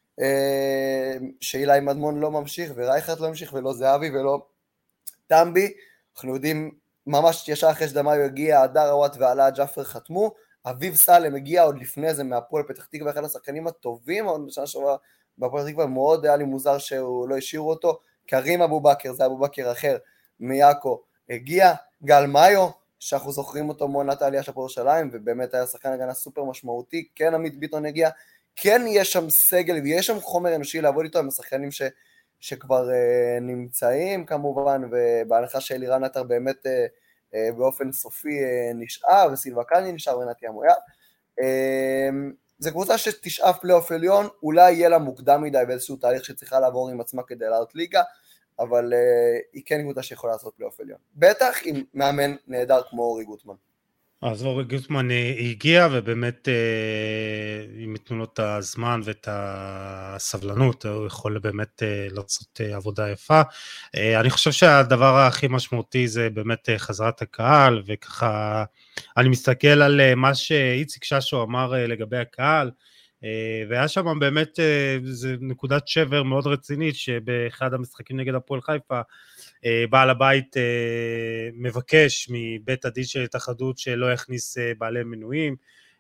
שאילי מדמון לא ממשיך, ורייכרד לא ממשיך, ולא זהבי ולא טמבי. אנחנו יודעים ממש ישר אחרי שדמאיו הגיע, הדר עוואט ועלה ג'אפר חתמו, אביב סלם הגיע עוד לפני זה מהפועל פתח תקווה, אחד השחקנים הטובים, עוד בשנה שעברה בהפועל פתח תקווה, מאוד היה לי מוזר שהוא לא השאירו אותו. קרים אבו בכר, זה אבו בכר אחר מיאקו, הגיע, גל מאיו, שאנחנו זוכרים אותו מעונת העלייה של הפועל ירושלים, ובאמת היה שחקן הגנה סופר משמעותי. כן, עמית ביטון הגיע, כן יש שם סגל ויש שם חומר אנושי לעבוד איתו, עם השחקנים שכבר נמצאים כמובן, ובהנחה של לירן עטר באמת באופן סופי נשאר, וסילבה קני נשאר ונתי המויה. זו קבוצה שתשאף פלייאוף עליון, אולי יהיה לה מוקדם מדי באיזשהו תהליך שצריכה לעבור עם עצמה כדי לעלות ליגה, אבל היא כן קבוצה שיכולה לעשות פלייאוף עליון. בטח עם מאמן נהדר כמו אורי גוטמן. אז אורי גוטמן הגיע, ובאמת אם יתנו לו את הזמן ואת הסבלנות, הוא יכול באמת לעשות עבודה יפה. אני חושב שהדבר הכי משמעותי זה באמת חזרת הקהל, וככה אני מסתכל על מה שאיציק ששו אמר לגבי הקהל, והיה שם באמת זה נקודת שבר מאוד רצינית, שבאחד המשחקים נגד הפועל חיפה, בעל הבית מבקש מבית הדין של התאחדות שלא יכניס בעלי מנויים,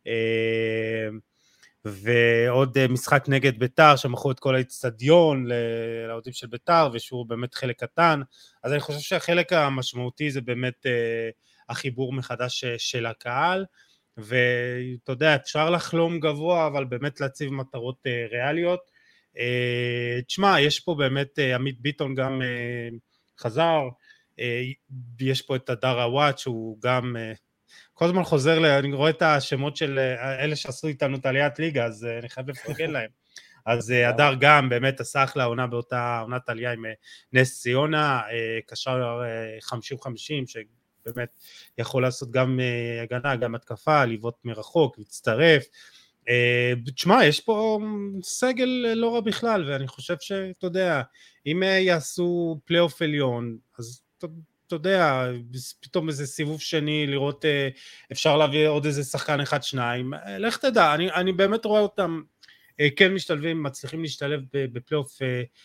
ועוד משחק נגד ביתר שמכרו את כל האצטדיון לאוהדים של ביתר, ושהוא באמת חלק קטן. אז אני חושב שהחלק המשמעותי זה באמת החיבור מחדש של הקהל, ואתה יודע, אפשר לחלום גבוה, אבל באמת להציב מטרות ריאליות. תשמע, יש פה באמת עמית ביטון גם חזר, יש פה את הדר עוואט שהוא גם כל הזמן חוזר, אני רואה את השמות של אלה שעשו איתנו את עליית ליגה, אז אני חייב לפרגן להם. אז הדר גם באמת עשה אחלה עונה באותה עונת עלייה עם נס ציונה, קשר 50-50, שבאמת יכול לעשות גם הגנה, גם התקפה, לבעוט מרחוק, להצטרף. תשמע, יש פה סגל לא רע בכלל, ואני חושב שאתה יודע, אם יעשו פלייאוף עליון, אז אתה יודע, פתאום איזה סיבוב שני, לראות אפשר להביא עוד איזה שחקן אחד, שניים, לך תדע, אני באמת רואה אותם כן משתלבים, מצליחים להשתלב בפלייאוף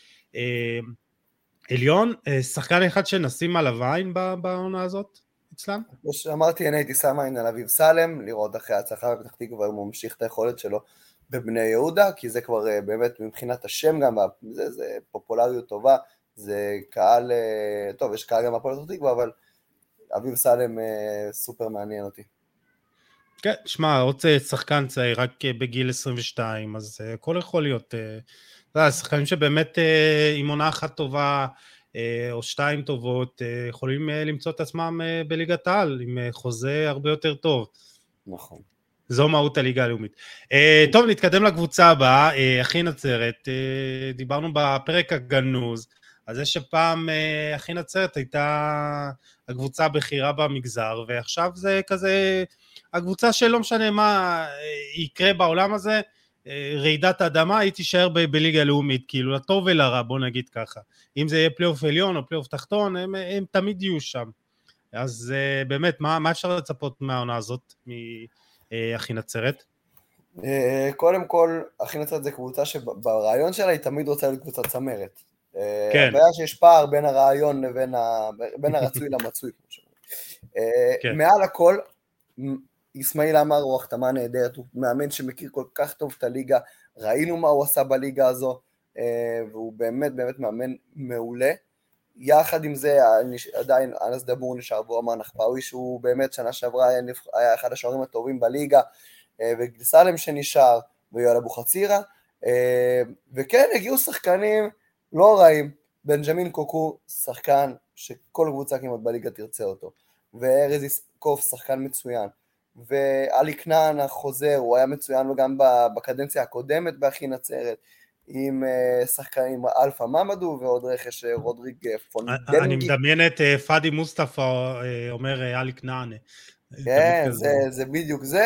עליון. שחקן אחד שנשים עליו עין בעונה הזאת אצלם? כמו שאמרתי, אני הייתי שם עין על אביב סלם, לראות אחרי הצלחה בפתח תקווה, הוא ממשיך את היכולת שלו בבני יהודה, כי זה כבר באמת מבחינת השם גם, זה פופולריות טובה, זה קהל, טוב, יש קהל גם הפועל פתח תקווה, אבל אביב סלם סופר מעניין אותי. כן, שמע, רוצה שחקן צעיר רק בגיל 22, אז הכל יכול להיות, שחקנים שבאמת עם עונה אחת טובה, או שתיים טובות, יכולים למצוא את עצמם בליגת העל, עם חוזה הרבה יותר טוב. נכון. זו מהות הליגה הלאומית. טוב, נתקדם לקבוצה הבאה, אחי נצרת, דיברנו בפרק הגנוז, אז זה שפעם אחי נצרת הייתה הקבוצה הבכירה במגזר, ועכשיו זה כזה הקבוצה שלא משנה מה יקרה בעולם הזה, רעידת האדמה, היא תישאר בליגה לאומית, כאילו לטוב ולרע, בוא נגיד ככה. אם זה יהיה פלייאוף עליון או פלייאוף תחתון, הם תמיד יהיו שם. אז באמת, מה אפשר לצפות מהעונה הזאת, מאחי נצרת? קודם כל, אחי נצרת זה קבוצה שברעיון שלה היא תמיד רוצה להיות קבוצת צמרת. כן. הבעיה שיש פער בין הרעיון לבין בין הרצוי למצוי. כן. מעל הכל, אסמאעיל עמר הוא החתמה נהדרת, הוא מאמן שמכיר כל כך טוב את הליגה, ראינו מה הוא עשה בליגה הזו, והוא באמת באמת מאמן מעולה. יחד עם זה, עדיין אנס דבור נשאר בו, אמר נחפאוי, שהוא באמת שנה שעברה היה אחד השוערים הטובים בליגה, וגלסלם שנשאר, ויואל אבוחצירא, וכן, הגיעו שחקנים לא רעים, בנג'מין קוקו, שחקן שכל קבוצה כמעט בליגה תרצה אותו, וארז יסקוף, שחקן מצוין, ואלי כנען החוזר, הוא היה מצוין גם בקדנציה הקודמת באחי נצרת, עם שחקנים אלפה ממדו ועוד רכש רודריג פונדנגי. אני מדמיין את פאדי מוסטפא אומר אלי כנען. כן, זה בדיוק זה.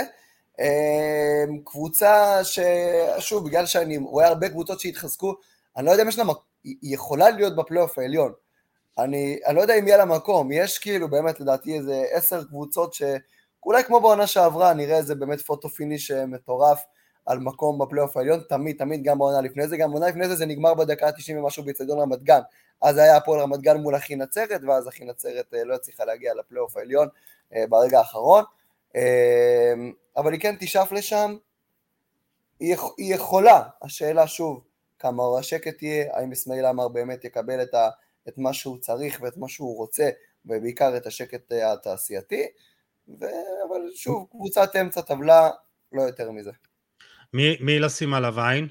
קבוצה ששוב, בגלל שאני רואה הרבה קבוצות שהתחזקו, אני לא יודע אם יש לה, היא יכולה להיות בפלייאוף העליון. אני לא יודע אם יהיה לה מקום, יש כאילו באמת לדעתי איזה 10 קבוצות שאולי כמו בעונה שעברה, נראה איזה באמת פוטו פיניש מטורף על מקום בפלייאוף העליון, תמיד גם בעונה לפני זה, גם בעונה לפני זה זה נגמר בדקה 90 ומשהו באצטדיון רמת גן, אז היה הפועל רמת גן מול אחי נצרת, ואז אחי נצרת לא הצליחה להגיע לפלייאוף העליון ברגע האחרון, אבל היא כן תשאף לשם, היא יכולה, השאלה שוב, כמה השקט תהיה, האם אסמאעיל עמר באמת יקבל את מה שהוא צריך ואת מה שהוא רוצה, ובעיקר את השקט התעשייתי, אבל שוב, קבוצת אמצע טבלה, לא יותר מזה. מי לשים עליו עין?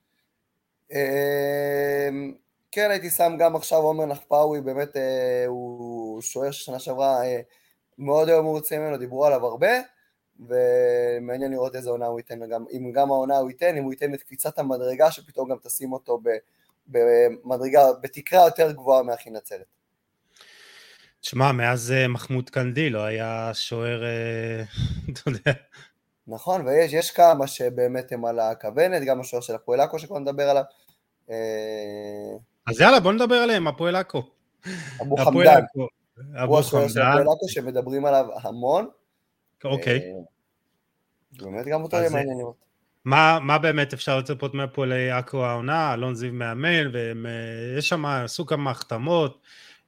כן, הייתי שם גם עכשיו עומר נחפאוי, באמת הוא שוער ששנה שעברה מאוד היום מרוצה ממנו, דיברו עליו הרבה, ומעניין לראות איזה עונה הוא ייתן, אם גם העונה הוא ייתן, אם הוא ייתן את קפיצת המדרגה, שפתאום גם תשים אותו במדרגה, בתקרה יותר גבוהה מאחי נצרת. תשמע, מאז מחמוד קנדיל, לא היה שוער, אתה יודע. נכון, ויש כמה שבאמת הם על הכוונת, גם השוער של הפועל עכו שכבר נדבר עליו. אז יאללה, בוא נדבר עליהם, הפועל עכו. אבו חמדן. הוא השוער של הפועל עכו שמדברים עליו המון. אוקיי. באמת גם אותו יהיה מעניין לראות. מה באמת אפשר לצפות מהפועל עכו העונה? אלון זיו מאמן, ויש שם, עשו כמה החתמות,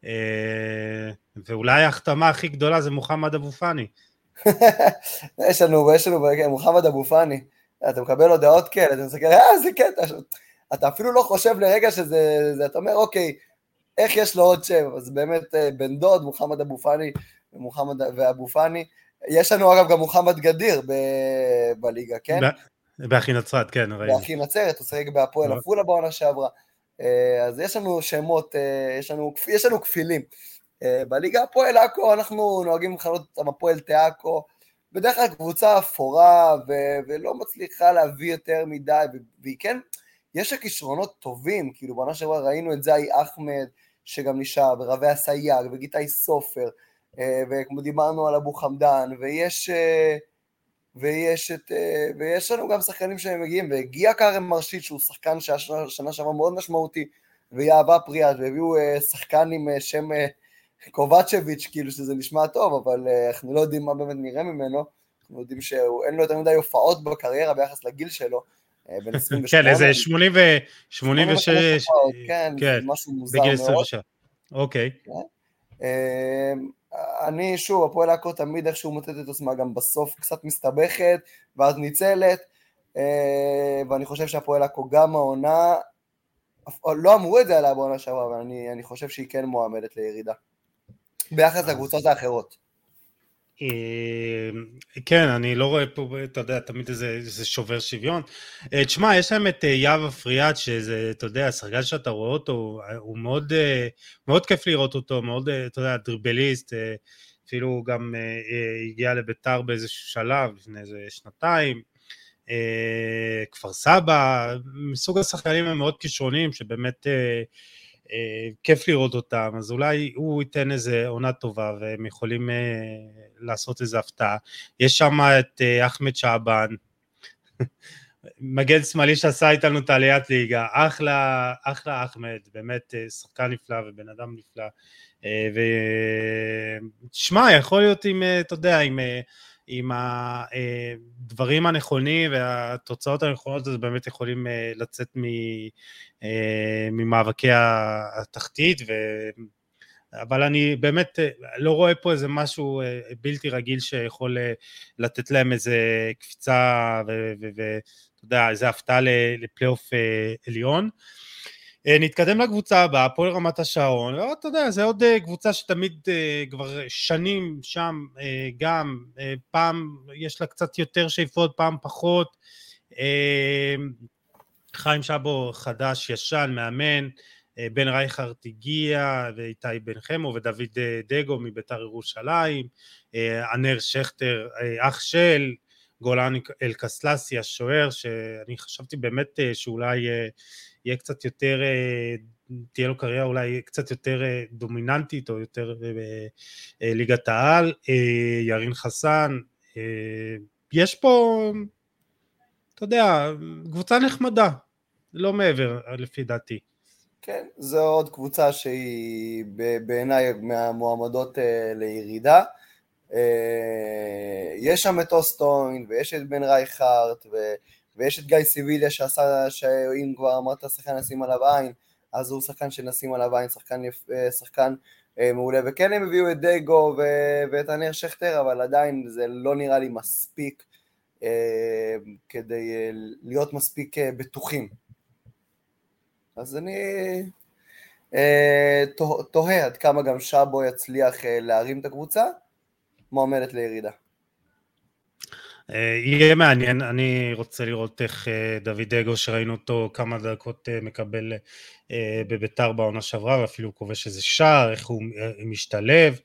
ואולי ההחתמה הכי גדולה זה מוחמד אבו פאני. יש לנו, מוחמד אבו פאני, אתה מקבל הודעות כאלה, אתה מסתכל, זה קטע, אתה אפילו לא חושב לרגע שזה, אתה אומר, אוקיי, איך יש לו עוד שם? אז באמת בן דוד, מוחמד אבו פאני, ואבו פאני, יש לנו אגב גם מוחמד גדיר בליגה, כן? באחי נצרת, כן. באחי נצרת, הוא שחק בהפועל עפולה בעונה שעברה, אז יש לנו שמות, יש לנו כפילים, בליגה הפועל עכו, אנחנו נוהגים לחלות אותם הפועל תעכו, בדרך כלל קבוצה אפורה, ולא מצליחה להביא יותר מדי, והיא כן, יש הכישרונות טובים, כאילו בעונה שעברה ראינו את זאי אחמד, שגם נשאר, ורבי הסייג, וגיטאי סופר, וכמו דיברנו על אבו חמדן, ויש לנו גם שחקנים שהם מגיעים, והגיע קארם מרשית, שהוא שחקן שהשנה שעברה מאוד משמעותי, ויאהבה פריאט, והביאו שחקן עם שם קובצ'ביץ', כאילו שזה נשמע טוב, אבל אנחנו לא יודעים מה באמת נראה ממנו, אנחנו יודעים שאין לו יותר מדי הופעות בקריירה ביחס לגיל שלו, בין 28. כן, איזה 86, כן, משהו מוזר בגיל מאוד. 27. אוקיי. אני שוב, הפועל עכו תמיד איכשהו מוטט את עצמה, גם בסוף קצת מסתבכת, ואז ניצלת, ואני חושב שהפועל עכו גם העונה, לא אמרו את זה עליה בעונה שעברה, אבל אני חושב שהיא כן מועמדת לירידה, ביחס לקבוצות האחרות. כן, אני לא רואה פה, אתה יודע, תמיד איזה שובר שוויון. תשמע, יש להם את יאבה פריאט, שזה, אתה יודע, השחקן שאתה רואה אותו, הוא מאוד כיף לראות אותו, מאוד, אתה יודע, דריבליסט, אפילו גם הגיע לביתר באיזשהו שלב, לפני איזה שנתיים, כפר סבא, מסוג השחקנים הם מאוד כישרונים, שבאמת כיף לראות אותם, אז אולי הוא ייתן איזה עונה טובה, והם יכולים לעשות איזו הפתעה. יש שם את אחמד שעבן, מגן שמאלי שעשה איתנו את העליית ליגה, אחלה אחמד, באמת שחקן נפלא ובן אדם נפלא, ושמע, יכול להיות עם, אתה יודע, עם הדברים הנכונים והתוצאות הנכונות, אז באמת יכולים לצאת ממאבקי התחתית, אבל אני באמת לא רואה פה איזה משהו בלתי רגיל שיכול לתת להם איזה קפיצה ואתה יודע, איזה הפתעה לפלייאוף עליון. נתקדם לקבוצה הבאה, הפועל רמת השרון, ואתה יודע, זה עוד קבוצה שתמיד כבר שנים שם, גם פעם יש לה קצת יותר שאיפות, פעם פחות, חיים שבו חדש, ישן, מאמן, בן רייכרט הגיע, ואיתי בן חמו ודוד דגו מביתר ירושלים, ענר שכטר אח של, גולן אלקסלסי השוער, שאני חשבתי באמת שאולי יהיה קצת יותר, תהיה לו קריירה אולי קצת יותר דומיננטית או יותר ליגת העל, ירין חסן, יש פה, אתה יודע, קבוצה נחמדה, לא מעבר לפי דעתי. כן, זו עוד קבוצה שהיא בעיניי מהמועמדות לירידה. יש שם את אוסטוין, ויש את בן רייכרט, ויש את גיא סיביליה שעשה, שאם כבר אמרת שחקן נשים עליו עין, אז הוא שחקן שנשים עליו עין, שחקן מעולה, וכן הם הביאו את דגו ואת ענר שכטר, אבל עדיין זה לא נראה לי מספיק כדי להיות מספיק בטוחים. אז אני תוהה עד כמה גם שבו יצליח להרים את הקבוצה, מועמדת לירידה. יהיה מעניין, אני רוצה לראות איך דוד דגו שראינו אותו כמה דקות מקבל בביתר בעונה שעברה, ואפילו כובש איזה שער, איך הוא משתלב,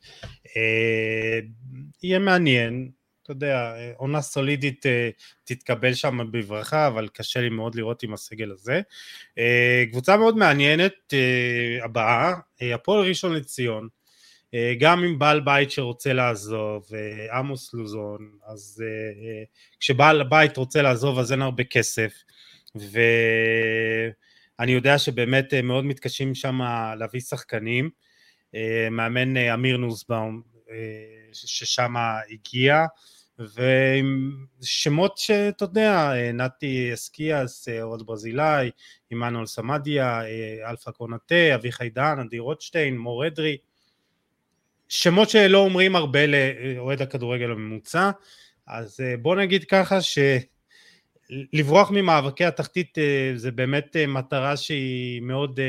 יהיה מעניין, אתה יודע, עונה סולידית תתקבל שם בברכה, אבל קשה לי מאוד לראות עם הסגל הזה. קבוצה מאוד מעניינת הבאה, הפועל ראשון לציון, גם עם בעל בית שרוצה לעזוב, עמוס לוזון, אז כשבעל בית רוצה לעזוב אז אין הרבה כסף, ואני יודע שבאמת מאוד מתקשים שם להביא שחקנים, מאמן אמיר נוסבאום ששם הגיע, ושמות שאתה יודע, נתי אסקיאס, אוהד ברזילאי, עמנואל סמדיה, אלפא קונטה, אביחי דן, עדי רוטשטיין, מור אדרי, שמות שלא אומרים הרבה לאוהד הכדורגל הממוצע, אז בוא נגיד ככה שלברוח ממאבקי התחתית זה באמת מטרה שהיא מאוד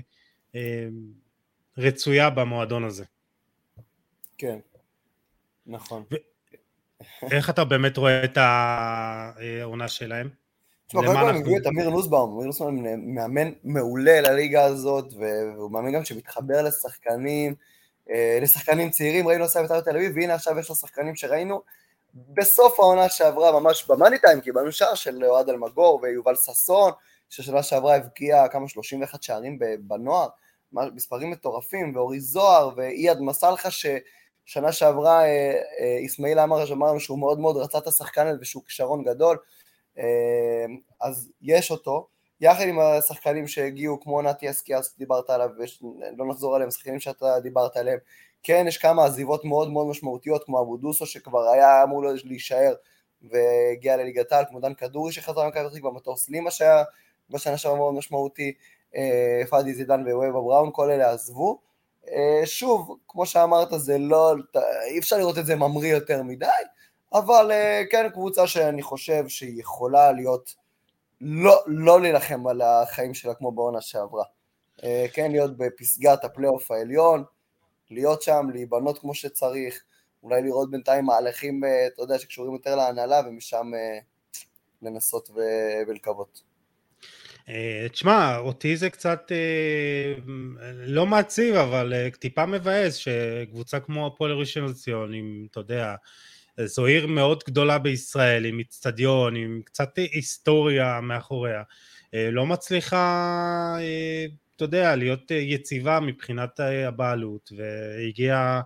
רצויה במועדון הזה. כן, נכון. איך אתה באמת רואה את העונה שלהם? תשמע, קודם כל הם הביאו את אמיר נוסבאום, אמיר נוסבאום מאמן מעולה לליגה הזאת, והוא מאמן גם שמתחבר לשחקנים צעירים, ראינו עושה בית"ר תל אביב, והנה עכשיו יש לו שחקנים שראינו, בסוף העונה שעברה, ממש במאני טיים, קיבלנו שער של אוהד אלמגור ויובל ססון, ששנה שעברה הבקיע כמה 31 שערים בנוער, מספרים מטורפים, ואורי זוהר ואייד מסלחה, ששנה שעברה איסמעיל אמר אמרנו שהוא מאוד מאוד רצה את השחקן הזה, ושהוא כישרון גדול, אז יש אותו, יחד עם השחקנים שהגיעו, כמו נתי אסקיאס, דיברת עליו, ולא נחזור עליהם, שחקנים שאתה דיברת עליהם, כן, יש כמה עזיבות מאוד מאוד משמעותיות, כמו אבו דוסו, שכבר היה אמור להישאר, והגיע לליגת העל, כמו דן כדורי, שחזר מכבי פתח תקווה, במטור סלימה, שהיה בשנה שעברה מאוד משמעותי, פאדי זידן ווייב בראון, כל אלה עזבו. שוב, כמו שאמרת, זה לא, אי אפשר לראות את זה ממריא יותר מדי, אבל כן, קבוצה שאני חושב שהיא יכולה להיות, לא להילחם על החיים שלה כמו בעונה שעברה. כן, להיות בפסגת הפלייאוף העליון, להיות שם, להיבנות כמו שצריך, אולי לראות בינתיים מהלכים, אתה יודע, שקשורים יותר להנהלה, ומשם לנסות ולקוות. תשמע, אותי זה קצת לא מעציב, אבל טיפה מבאס, שקבוצה כמו הפועל ראשון לציון, עם, אתה יודע, זו עיר מאוד גדולה בישראל, עם אצטדיון, עם קצת היסטוריה מאחוריה, לא מצליחה, אתה יודע, להיות יציבה מבחינת הבעלות, והגיעה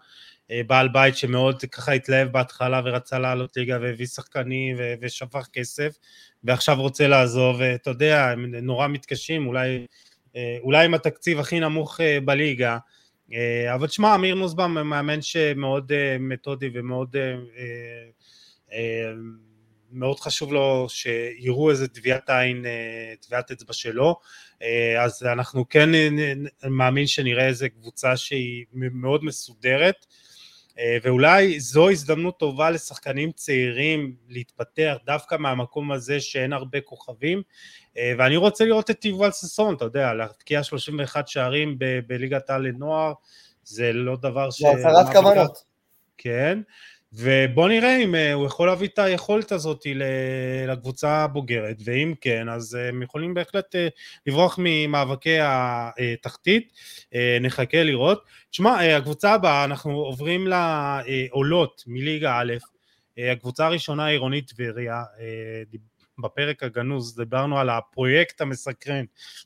בעל בית שמאוד ככה התלהב בהתחלה ורצה לעלות ליגה והביא שחקנים ושפך כסף, ועכשיו רוצה לעזוב, אתה יודע, הם נורא מתקשים, אולי עם התקציב הכי נמוך בליגה, אבל תשמע, אמיר נוסבאום מאמן שמאוד מתודי ומאוד מאוד חשוב לו שיראו איזה טביעת עין, טביעת אצבע שלו, אז אנחנו כן מאמין שנראה איזה קבוצה שהיא מאוד מסודרת, ואולי זו הזדמנות טובה לשחקנים צעירים להתפתח דווקא מהמקום הזה שאין הרבה כוכבים, ואני רוצה לראות את יובל ששון, אתה יודע, להבקיע 31 שערים בליגת העל לנוער, זה לא דבר זה הצהרת כוונות. כן, ובוא נראה אם הוא יכול להביא את היכולת הזאת לקבוצה הבוגרת, ואם כן, אז הם יכולים בהחלט לברוח ממאבקי התחתית, נחכה לראות. תשמע, הקבוצה הבאה, אנחנו עוברים לעולות מליגה א', הקבוצה הראשונה עירונית טבריה, בפרק הגנוז דיברנו על הפרויקט המסקרן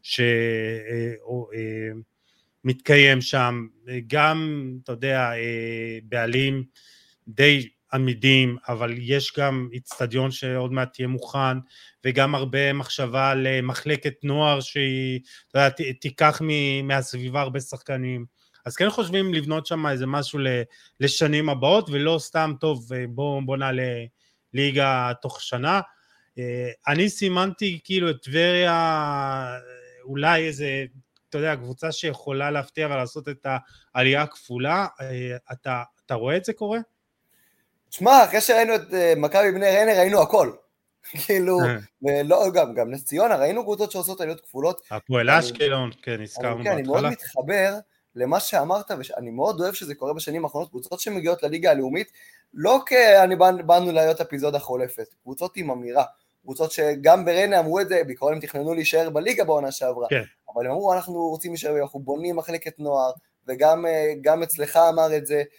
שמתקיים שם, גם, אתה יודע, בעלים די עמידים, אבל יש גם אצטדיון שעוד מעט תהיה מוכן, וגם הרבה מחשבה למחלקת נוער שהיא, אתה יודע, תיקח מהסביבה הרבה שחקנים, אז כן חושבים לבנות שם איזה משהו לשנים הבאות, ולא סתם טוב, בוא נעלה ליגה תוך שנה. אני סימנתי כאילו את טבריה, אולי איזה, אתה יודע, קבוצה שיכולה להפתיע ולעשות את העלייה הכפולה, אתה רואה את זה קורה? תשמע, אחרי שראינו את מכבי בני ריינה, ראינו הכל. כאילו, ולא, גם נס ציונה, ראינו קבוצות שעושות עליות כפולות. הפועל אשקלון, כן, הזכרנו בהתחלה. אני מאוד מתחבר למה שאמרת, ואני מאוד אוהב שזה קורה בשנים האחרונות, קבוצות שמגיעות לליגה הלאומית, לא כי באנו להיות אפיזודה חולפת, קבוצות עם אמירה, קבוצות שגם בריינה אמרו את זה, בעיקרון הם תכננו להישאר בליגה בעונה שעברה, אבל הם אמרו, אנחנו רוצים להישאר, אנחנו בונים מחלקת נוער, וגם אצלך אמר את זה,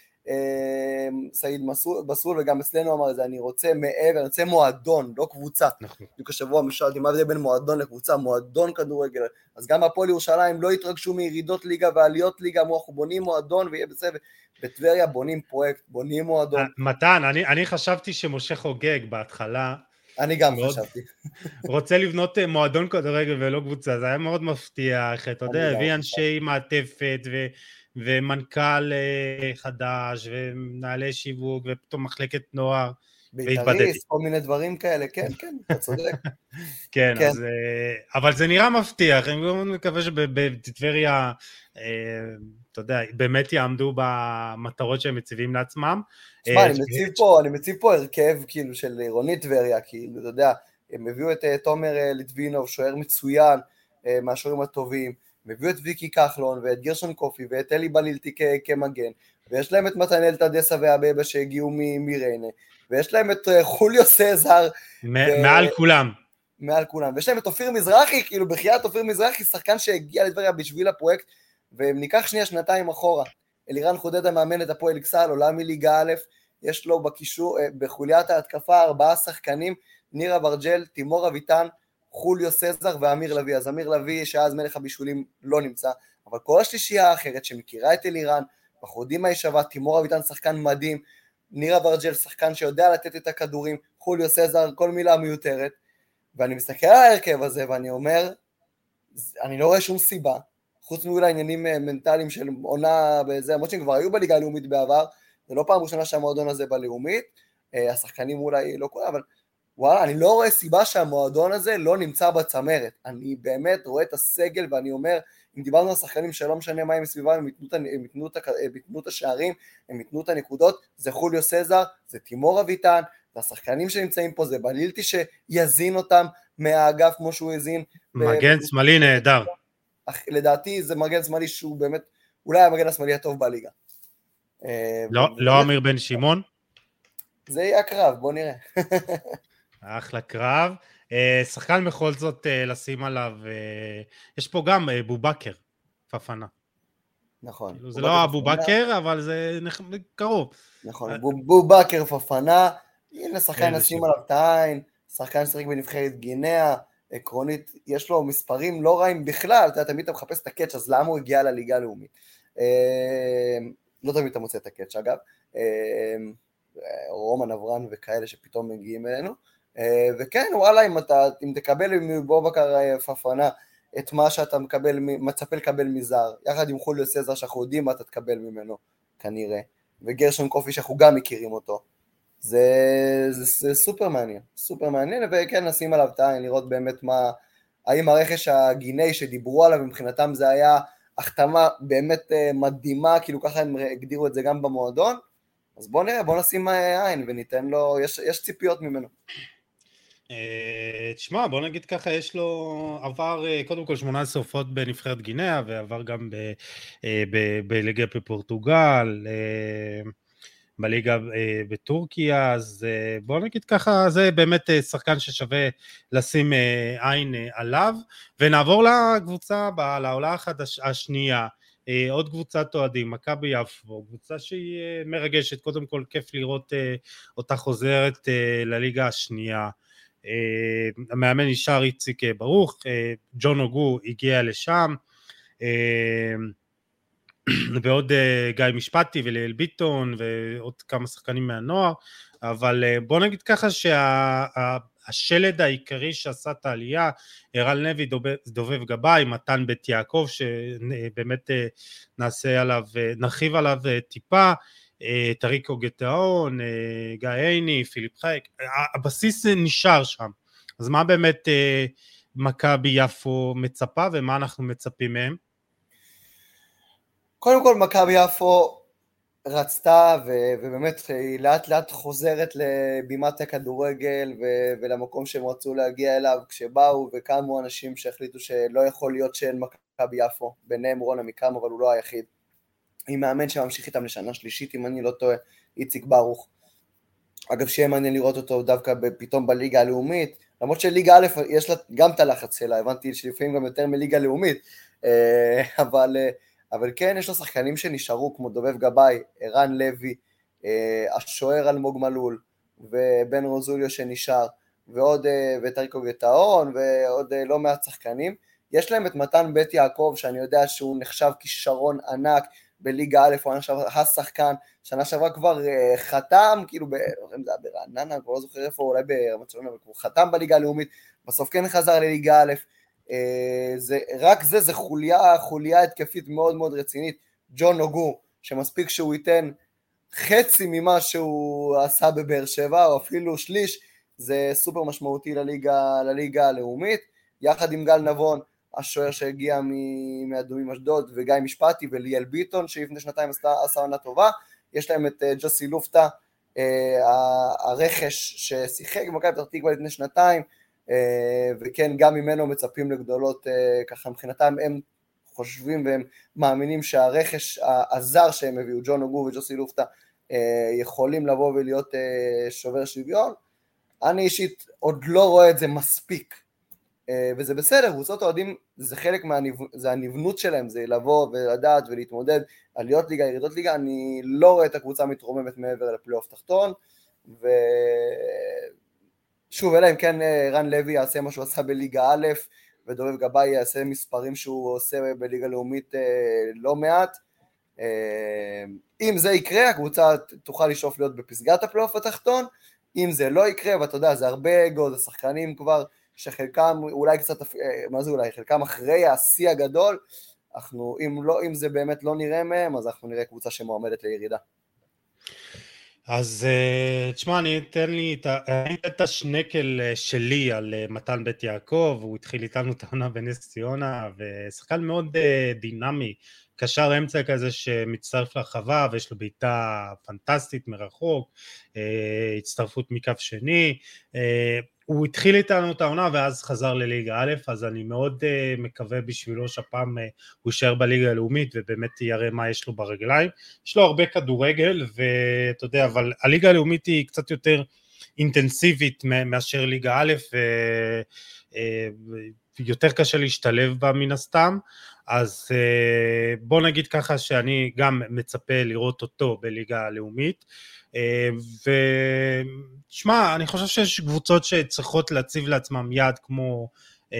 סעיד בסול, וגם אצלנו אמר את זה, אני רוצה מעבר, אני רוצה מועדון, לא קבוצה. בדיוק השבוע משלתי, מה זה בין מועדון לקבוצה, מועדון כדורגל, אז גם הפועל ירושלים לא התרגשו מירידות ליגה ועליות ליגה, אמרו, אנחנו בונים מועדון ויהיה בסדר, בטבריה בונים פרויקט, בונים מועדון. מתן, אני חשבתי שמשה חוגג בהתחלה, אני גם חשבתי. רוצה לבנות מועדון כדורגל ולא קבוצה, זה היה מאוד מבטיח, אתה יודע, הביא אנשי מעטפת ומנכ"ל חדש, ומנהלי שיווק, ופתאום מחלקת נוער, והתבדתי. כל מיני דברים כאלה, כן, אתה צודק. כן, אז, אבל זה נראה מבטיח, אני מקווה שבטבריה, אתה יודע, באמת יעמדו במטרות שהם מציבים לעצמם. תשמע, אני מציב פה הרכב, כאילו, של עירונית טבריה, כאילו, אתה יודע, הם הביאו את תומר ליטבינוב, שוער מצוין, מהשוערים הטובים, הם הביאו את ויקי כחלון, ואת גרשון קופי, ואת אלי בלילתי כמגן, ויש להם את מתנאל תדסה והבבה שהגיעו מריינה, ויש להם את חוליו סזר, מעל כולם. מעל כולם, ויש להם את אופיר מזרחי, כאילו בחייאת אופיר מזרחי, שחקן שהגיע לטבריה בשביל הפרויקט, וניקח שנתיים אחורה, אלירן חודדה מאמן את הפועל אכסל, עולה מליגה א', יש לו בקישור, בחוליית ההתקפה 4 שחקנים, נירה ברג'ל, תימור אביטן, חוליו סזר ואמיר לוי, אז אמיר לוי שאז מלך הבישולים לא נמצא, אבל כל השלישייה האחרת שמכירה את אלירן, בחודים הישבה, תימור אביטן שחקן מדהים, נירה ברג'ל שחקן שיודע לתת את הכדורים, חוליו סזר, כל מילה מיותרת, ואני מסתכל על ההרכב הזה ואני אומר, אני לא רואה שום סיבה, חוץ מאולי עניינים מנטליים של עונה בזה, למרות שהם כבר היו בליגה הלאומית בעבר, זה לא פעם ראשונה שהמועדון הזה בלאומית, השחקנים אולי לא כל, אבל וואלה, אני לא רואה סיבה שהמועדון הזה לא נמצא בצמרת, אני באמת רואה את הסגל ואני אומר, אם דיברנו על שחקנים שלא משנה מה הם מסביבה, הם יתנו את השערים, הם יתנו את הנקודות, זה חוליו סזר, זה תימור אביטן, והשחקנים שנמצאים פה זה בלילתי שיזין אותם מהאגף כמו שהוא יזין. מגן שמאלי נהדר. לדעתי זה מגן שמאלי שהוא באמת, אולי המגן השמאלי הטוב בליגה. לא אמיר בן שמעון? זה יהיה הקרב, בוא נראה. אחלה קרב. שחקן בכל זאת לשים עליו, יש פה גם בובקר, פפנה. נכון. זה לא הבובקר, אבל זה קרוב. נכון, בובקר פפנה, הנה שחקן נשים עליו את העין, שחקן שחק בנבחרת גינאה, עקרונית, יש לו מספרים לא רעים בכלל, אתה תמיד מחפש את הקאץ', אז למה הוא הגיע לליגה הלאומית? לא תמיד אתה מוצא את הקאץ' אגב, רומן אברהם וכאלה שפתאום מגיעים אלינו, וכן, וואלה, אם תקבל מבובקר פפנה את מה שאתה מצפה לקבל מזר, יחד עם חוליו סזר שאנחנו יודעים מה אתה תקבל ממנו, כנראה, וגרשון קופי שאנחנו גם מכירים אותו, זה סופר מעניין, סופר מעניין, וכן, נשים עליו את העין, לראות באמת מה, האם הרכש הגיני שדיברו עליו, מבחינתם זה היה החתמה באמת מדהימה, כאילו ככה הם הגדירו את זה גם במועדון, אז בוא נראה, בוא נשים עין וניתן לו, יש ציפיות ממנו. תשמע, בוא נגיד ככה, יש לו עבר קודם כל 18 הופעות בנבחרת גינאה, ועבר גם בליגה בפורטוגל, בליגה בטורקיה, אז בוא נגיד ככה, זה באמת שחקן ששווה לשים עין עליו, ונעבור לקבוצה הבאה, לעולה השנייה, עוד קבוצת אוהדים, מכבי יפו, קבוצה שהיא מרגשת, קודם כל כיף לראות אותה חוזרת לליגה השנייה, המאמן נשאר איציק ברוך, ג'ון אוגו הגיע לשם, ועוד גיא משפטי וליאל ביטון ועוד כמה שחקנים מהנוער, אבל בוא נגיד ככה שהשלד העיקרי שעשה את העלייה, ערן לוי, דובב גבאי, מתן בית יעקב, שבאמת נרחיב עליו טיפה, טריקו גטאון, גיא עיני, פיליפ חייק, הבסיס נשאר שם, אז מה באמת מכבי יפו מצפה ומה אנחנו מצפים מהם? קודם כל מכבי יפו רצתה ובאמת היא לאט לאט חוזרת לבימת הכדורגל ולמקום שהם רצו להגיע אליו, כשבאו וקמו אנשים שהחליטו שלא יכול להיות שאין מכבי יפו, ביניהם רון עמיקם, אבל הוא לא היחיד, היא מאמן שממשיך איתם לשנה שלישית אם אני לא טועה, איציק ברוך, אגב שיהיה מעניין לראות אותו דווקא פתאום בליגה הלאומית, למרות שליגה א' יש לה גם את הלחץ שלה, הבנתי שלפעמים גם יותר מליגה לאומית, אבל כן יש לו שחקנים שנשארו כמו דובב גבאי, ערן לוי, השוער אלמוג מלול ובן רוזוליו שנשאר ועוד וטריקו גטאון ועוד לא מעט שחקנים, יש להם את מתן בית יעקב שאני יודע שהוא נחשב כישרון ענק בליגה א', הוא נחשב השחקן, שנה שעברה כבר חתם, כאילו זה היה ברעננה, אני כבר לא זוכר איפה, אולי ברמת שלום, אבל הוא חתם בליגה הלאומית, בסוף כן חזר לליגה א', רק זה חוליה התקפית מאוד מאוד רצינית, ג'ון אוגו, שמספיק שהוא ייתן חצי ממה שהוא עשה בבאר שבע, או אפילו שליש, זה סופר משמעותי לליגה הלאומית, יחד עם גל נבון, השוער שהגיע מאדומים אשדוד, וגיא משפטי וליאל ביטון, שלפני שנתיים עשה עונה טובה, יש להם את ג'וסי לופטה, הרכש ששיחק במכבי פתח תקווה לפני שנתיים, וכן גם ממנו מצפים לגדולות, ככה מבחינתם הם חושבים והם מאמינים שהרכש הזר שהם הביאו, ג'ון אוגו וג'וסי לופטה, יכולים לבוא ולהיות שובר שוויון. אני אישית עוד לא רואה את זה מספיק, וזה בסדר, קבוצות אוהדים זה חלק זה הנבנות שלהם, זה לבוא ולדעת ולהתמודד, עליות ליגה, ירידות ליגה, אני לא רואה את הקבוצה מתרוממת מעבר לפלייאוף תחתון, שוב, אלא אם כן רן לוי יעשה מה שהוא עשה בליגה א', ודובב גבאי יעשה מספרים שהוא עושה בליגה לאומית לא מעט, אם זה יקרה, הקבוצה תוכל לשאוף להיות בפסגת הפלייאוף התחתון, אם זה לא יקרה, ואתה יודע, זה הרבה אגו, זה שחקנים כבר, שחלקם אולי קצת, מה זה אולי, חלקם אחרי השיא הגדול, אם זה באמת לא נראה מהם, אז אנחנו נראה קבוצה שמועמדת לירידה. אז תשמע, אני אתן את השנקל שלי על מתן בית יעקב, הוא התחיל איתנו את העונה בנס ציונה, ושחקן מאוד דינמי, קשר אמצע כזה שמצטרף לרחבה, ויש לו בעיטה פנטסטית מרחוק, הצטרפות מקו שני, הוא התחיל איתנו את העונה ואז חזר לליגה א', אז אני מאוד מקווה בשבילו שהפעם הוא יישאר בליגה הלאומית ובאמת יראה מה יש לו ברגליים. יש לו הרבה כדורגל ואתה יודע, אבל הליגה הלאומית היא קצת יותר אינטנסיבית מאשר ליגה א', ויותר קשה להשתלב בה מן הסתם, אז בוא נגיד ככה שאני גם מצפה לראות אותו בליגה הלאומית, ושמע, אני חושב שיש קבוצות שצריכות להציב לעצמם יד כמו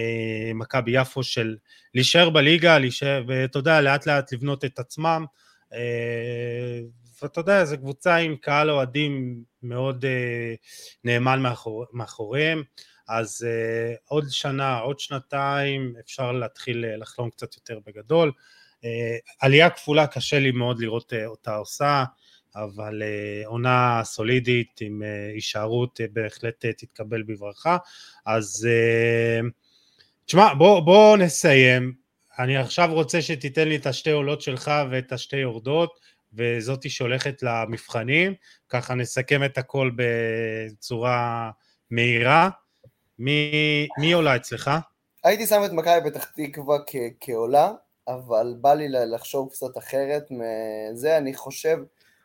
מכבי יפו של להישאר בליגה, ואתה יודע, לאט לאט לבנות את עצמם, ואתה יודע, זו קבוצה עם קהל אוהדים מאוד נאמן מאחוריהם, אז עוד שנה, עוד שנתיים, אפשר להתחיל לחלום קצת יותר בגדול. עלייה כפולה קשה לי מאוד לראות אותה עושה, אבל עונה סולידית עם הישארות בהחלט תתקבל בברכה. אז תשמע, בוא נסיים. אני עכשיו רוצה שתיתן לי את השתי עולות שלך ואת השתי יורדות, וזאתי שהולכת למבחנים, ככה נסכם את הכל בצורה מהירה. מי עולה אצלך? הייתי שם את מכבי פתח תקווה כעולה, אבל בא לי לחשוב קצת אחרת מזה. אני חושב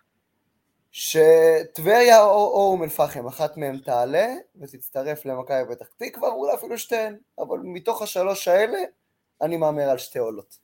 שטבריה או אום אל-פחם, אחת מהם תעלה ותצטרף למכבי פתח תקווה, ואולי אפילו שתיהן, אבל מתוך השלוש האלה אני מאמר על שתי עולות.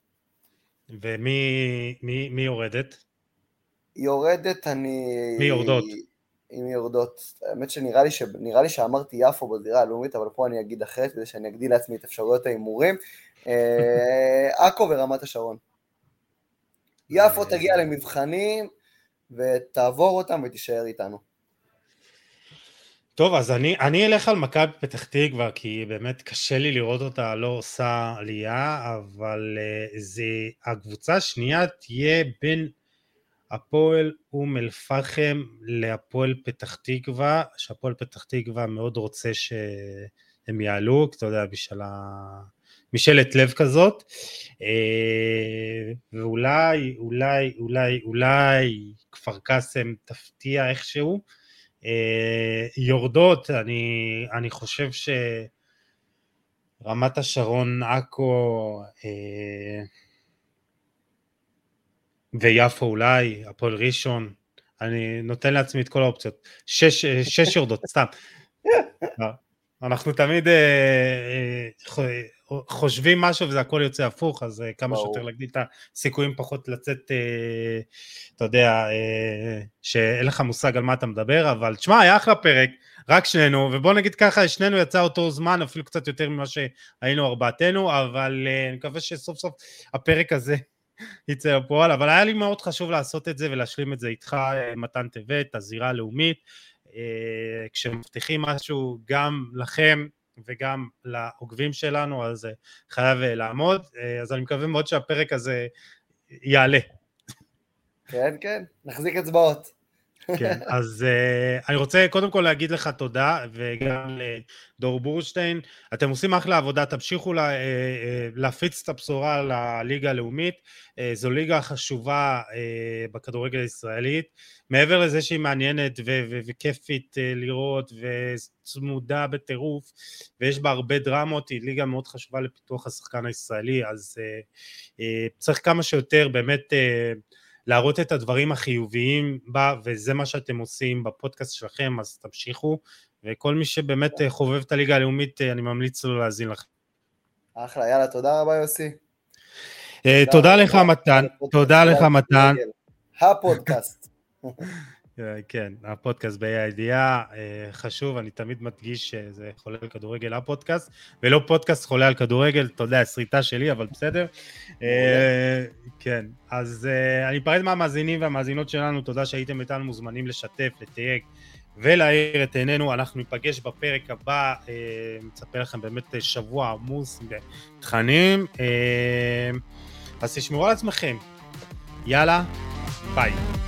ומי יורדת? יורדת מי יורדות? עם יורדות. האמת שנראה לי שאמרתי יפו בזירה הלאומית, אבל פה אני אגיד אחרת, כדי שאני אגדיל לעצמי את אפשרויות ההימורים. עכו ורמת השרון. יפו תגיע למבחנים, ותעבור אותם ותישאר איתנו. טוב, אז אני אלך על מכבי פתח תקווה, כי באמת קשה לי לראות אותה לא עושה עלייה, אבל הקבוצה השנייה תהיה בין הפועל אום אל-פחם להפועל פתח תקווה, שהפועל פתח תקווה מאוד רוצה שהם יעלו, אתה יודע, משאלת לב כזאת, ואולי כפר קאסם תפתיע איכשהו. יורדות, אני חושב שרמת השרון, עכו ויפו אולי, הפועל ראשון, אני נותן לעצמי את כל האופציות, 6 יורדות, סתם. אנחנו תמיד חושבים משהו וזה הכל יוצא הפוך, אז כמה שיותר להגדיל את הסיכויים פחות לצאת, אתה יודע, שאין לך מושג על מה אתה מדבר, אבל תשמע, היה אחלה פרק, רק שנינו, ובוא נגיד ככה, שנינו יצא אותו זמן, אפילו קצת יותר ממה שהיינו ארבעתנו, אבל אני מקווה שסוף סוף הפרק הזה יצא לפועל, אבל היה לי מאוד חשוב לעשות את זה ולהשלים את זה איתך, מתן טבת, הזירה הלאומית, כשמבטיחים משהו גם לכם וגם לעוקבים שלנו, אז חייב לעמוד, אז אני מקווה מאוד שהפרק הזה יעלה. כן, כן, נחזיק אצבעות. כן, אז אני רוצה קודם כל להגיד לך תודה, וגם לדור בורשטיין, אתם עושים אחלה עבודה, תמשיכו להפיץ את הבשורה לליגה הלאומית, זו ליגה חשובה בכדורגל הישראלית, מעבר לזה שהיא מעניינת וכיפית לראות, וצמודה בטירוף, ויש בה הרבה דרמות, היא ליגה מאוד חשובה לפיתוח השחקן הישראלי, אז צריך כמה שיותר באמת להראות את הדברים החיוביים בה, וזה מה שאתם עושים בפודקאסט שלכם, אז תמשיכו, וכל מי שבאמת חובב את הליגה הלאומית, אני ממליץ לו להאזין לכם. אחלה, יאללה, תודה רבה יוסי. תודה לך מתן, תודה לך מתן. הפודקאסט. כן, הפודקאסט בה"א הידיעה, חשוב, אני תמיד מדגיש שזה חולה על כדורגל הפודקאסט, ולא פודקאסט חולה על כדורגל, אתה יודע, הסריטה שלי, אבל בסדר. כן, אז אני אפרד מהמאזינים והמאזינות שלנו, תודה שהייתם איתנו, מוזמנים לשתף, לתייג ולהאיר את עינינו, אנחנו ניפגש בפרק הבא, מצפה לכם באמת שבוע עמוס בתכנים, אז תשמרו על עצמכם, יאללה, ביי.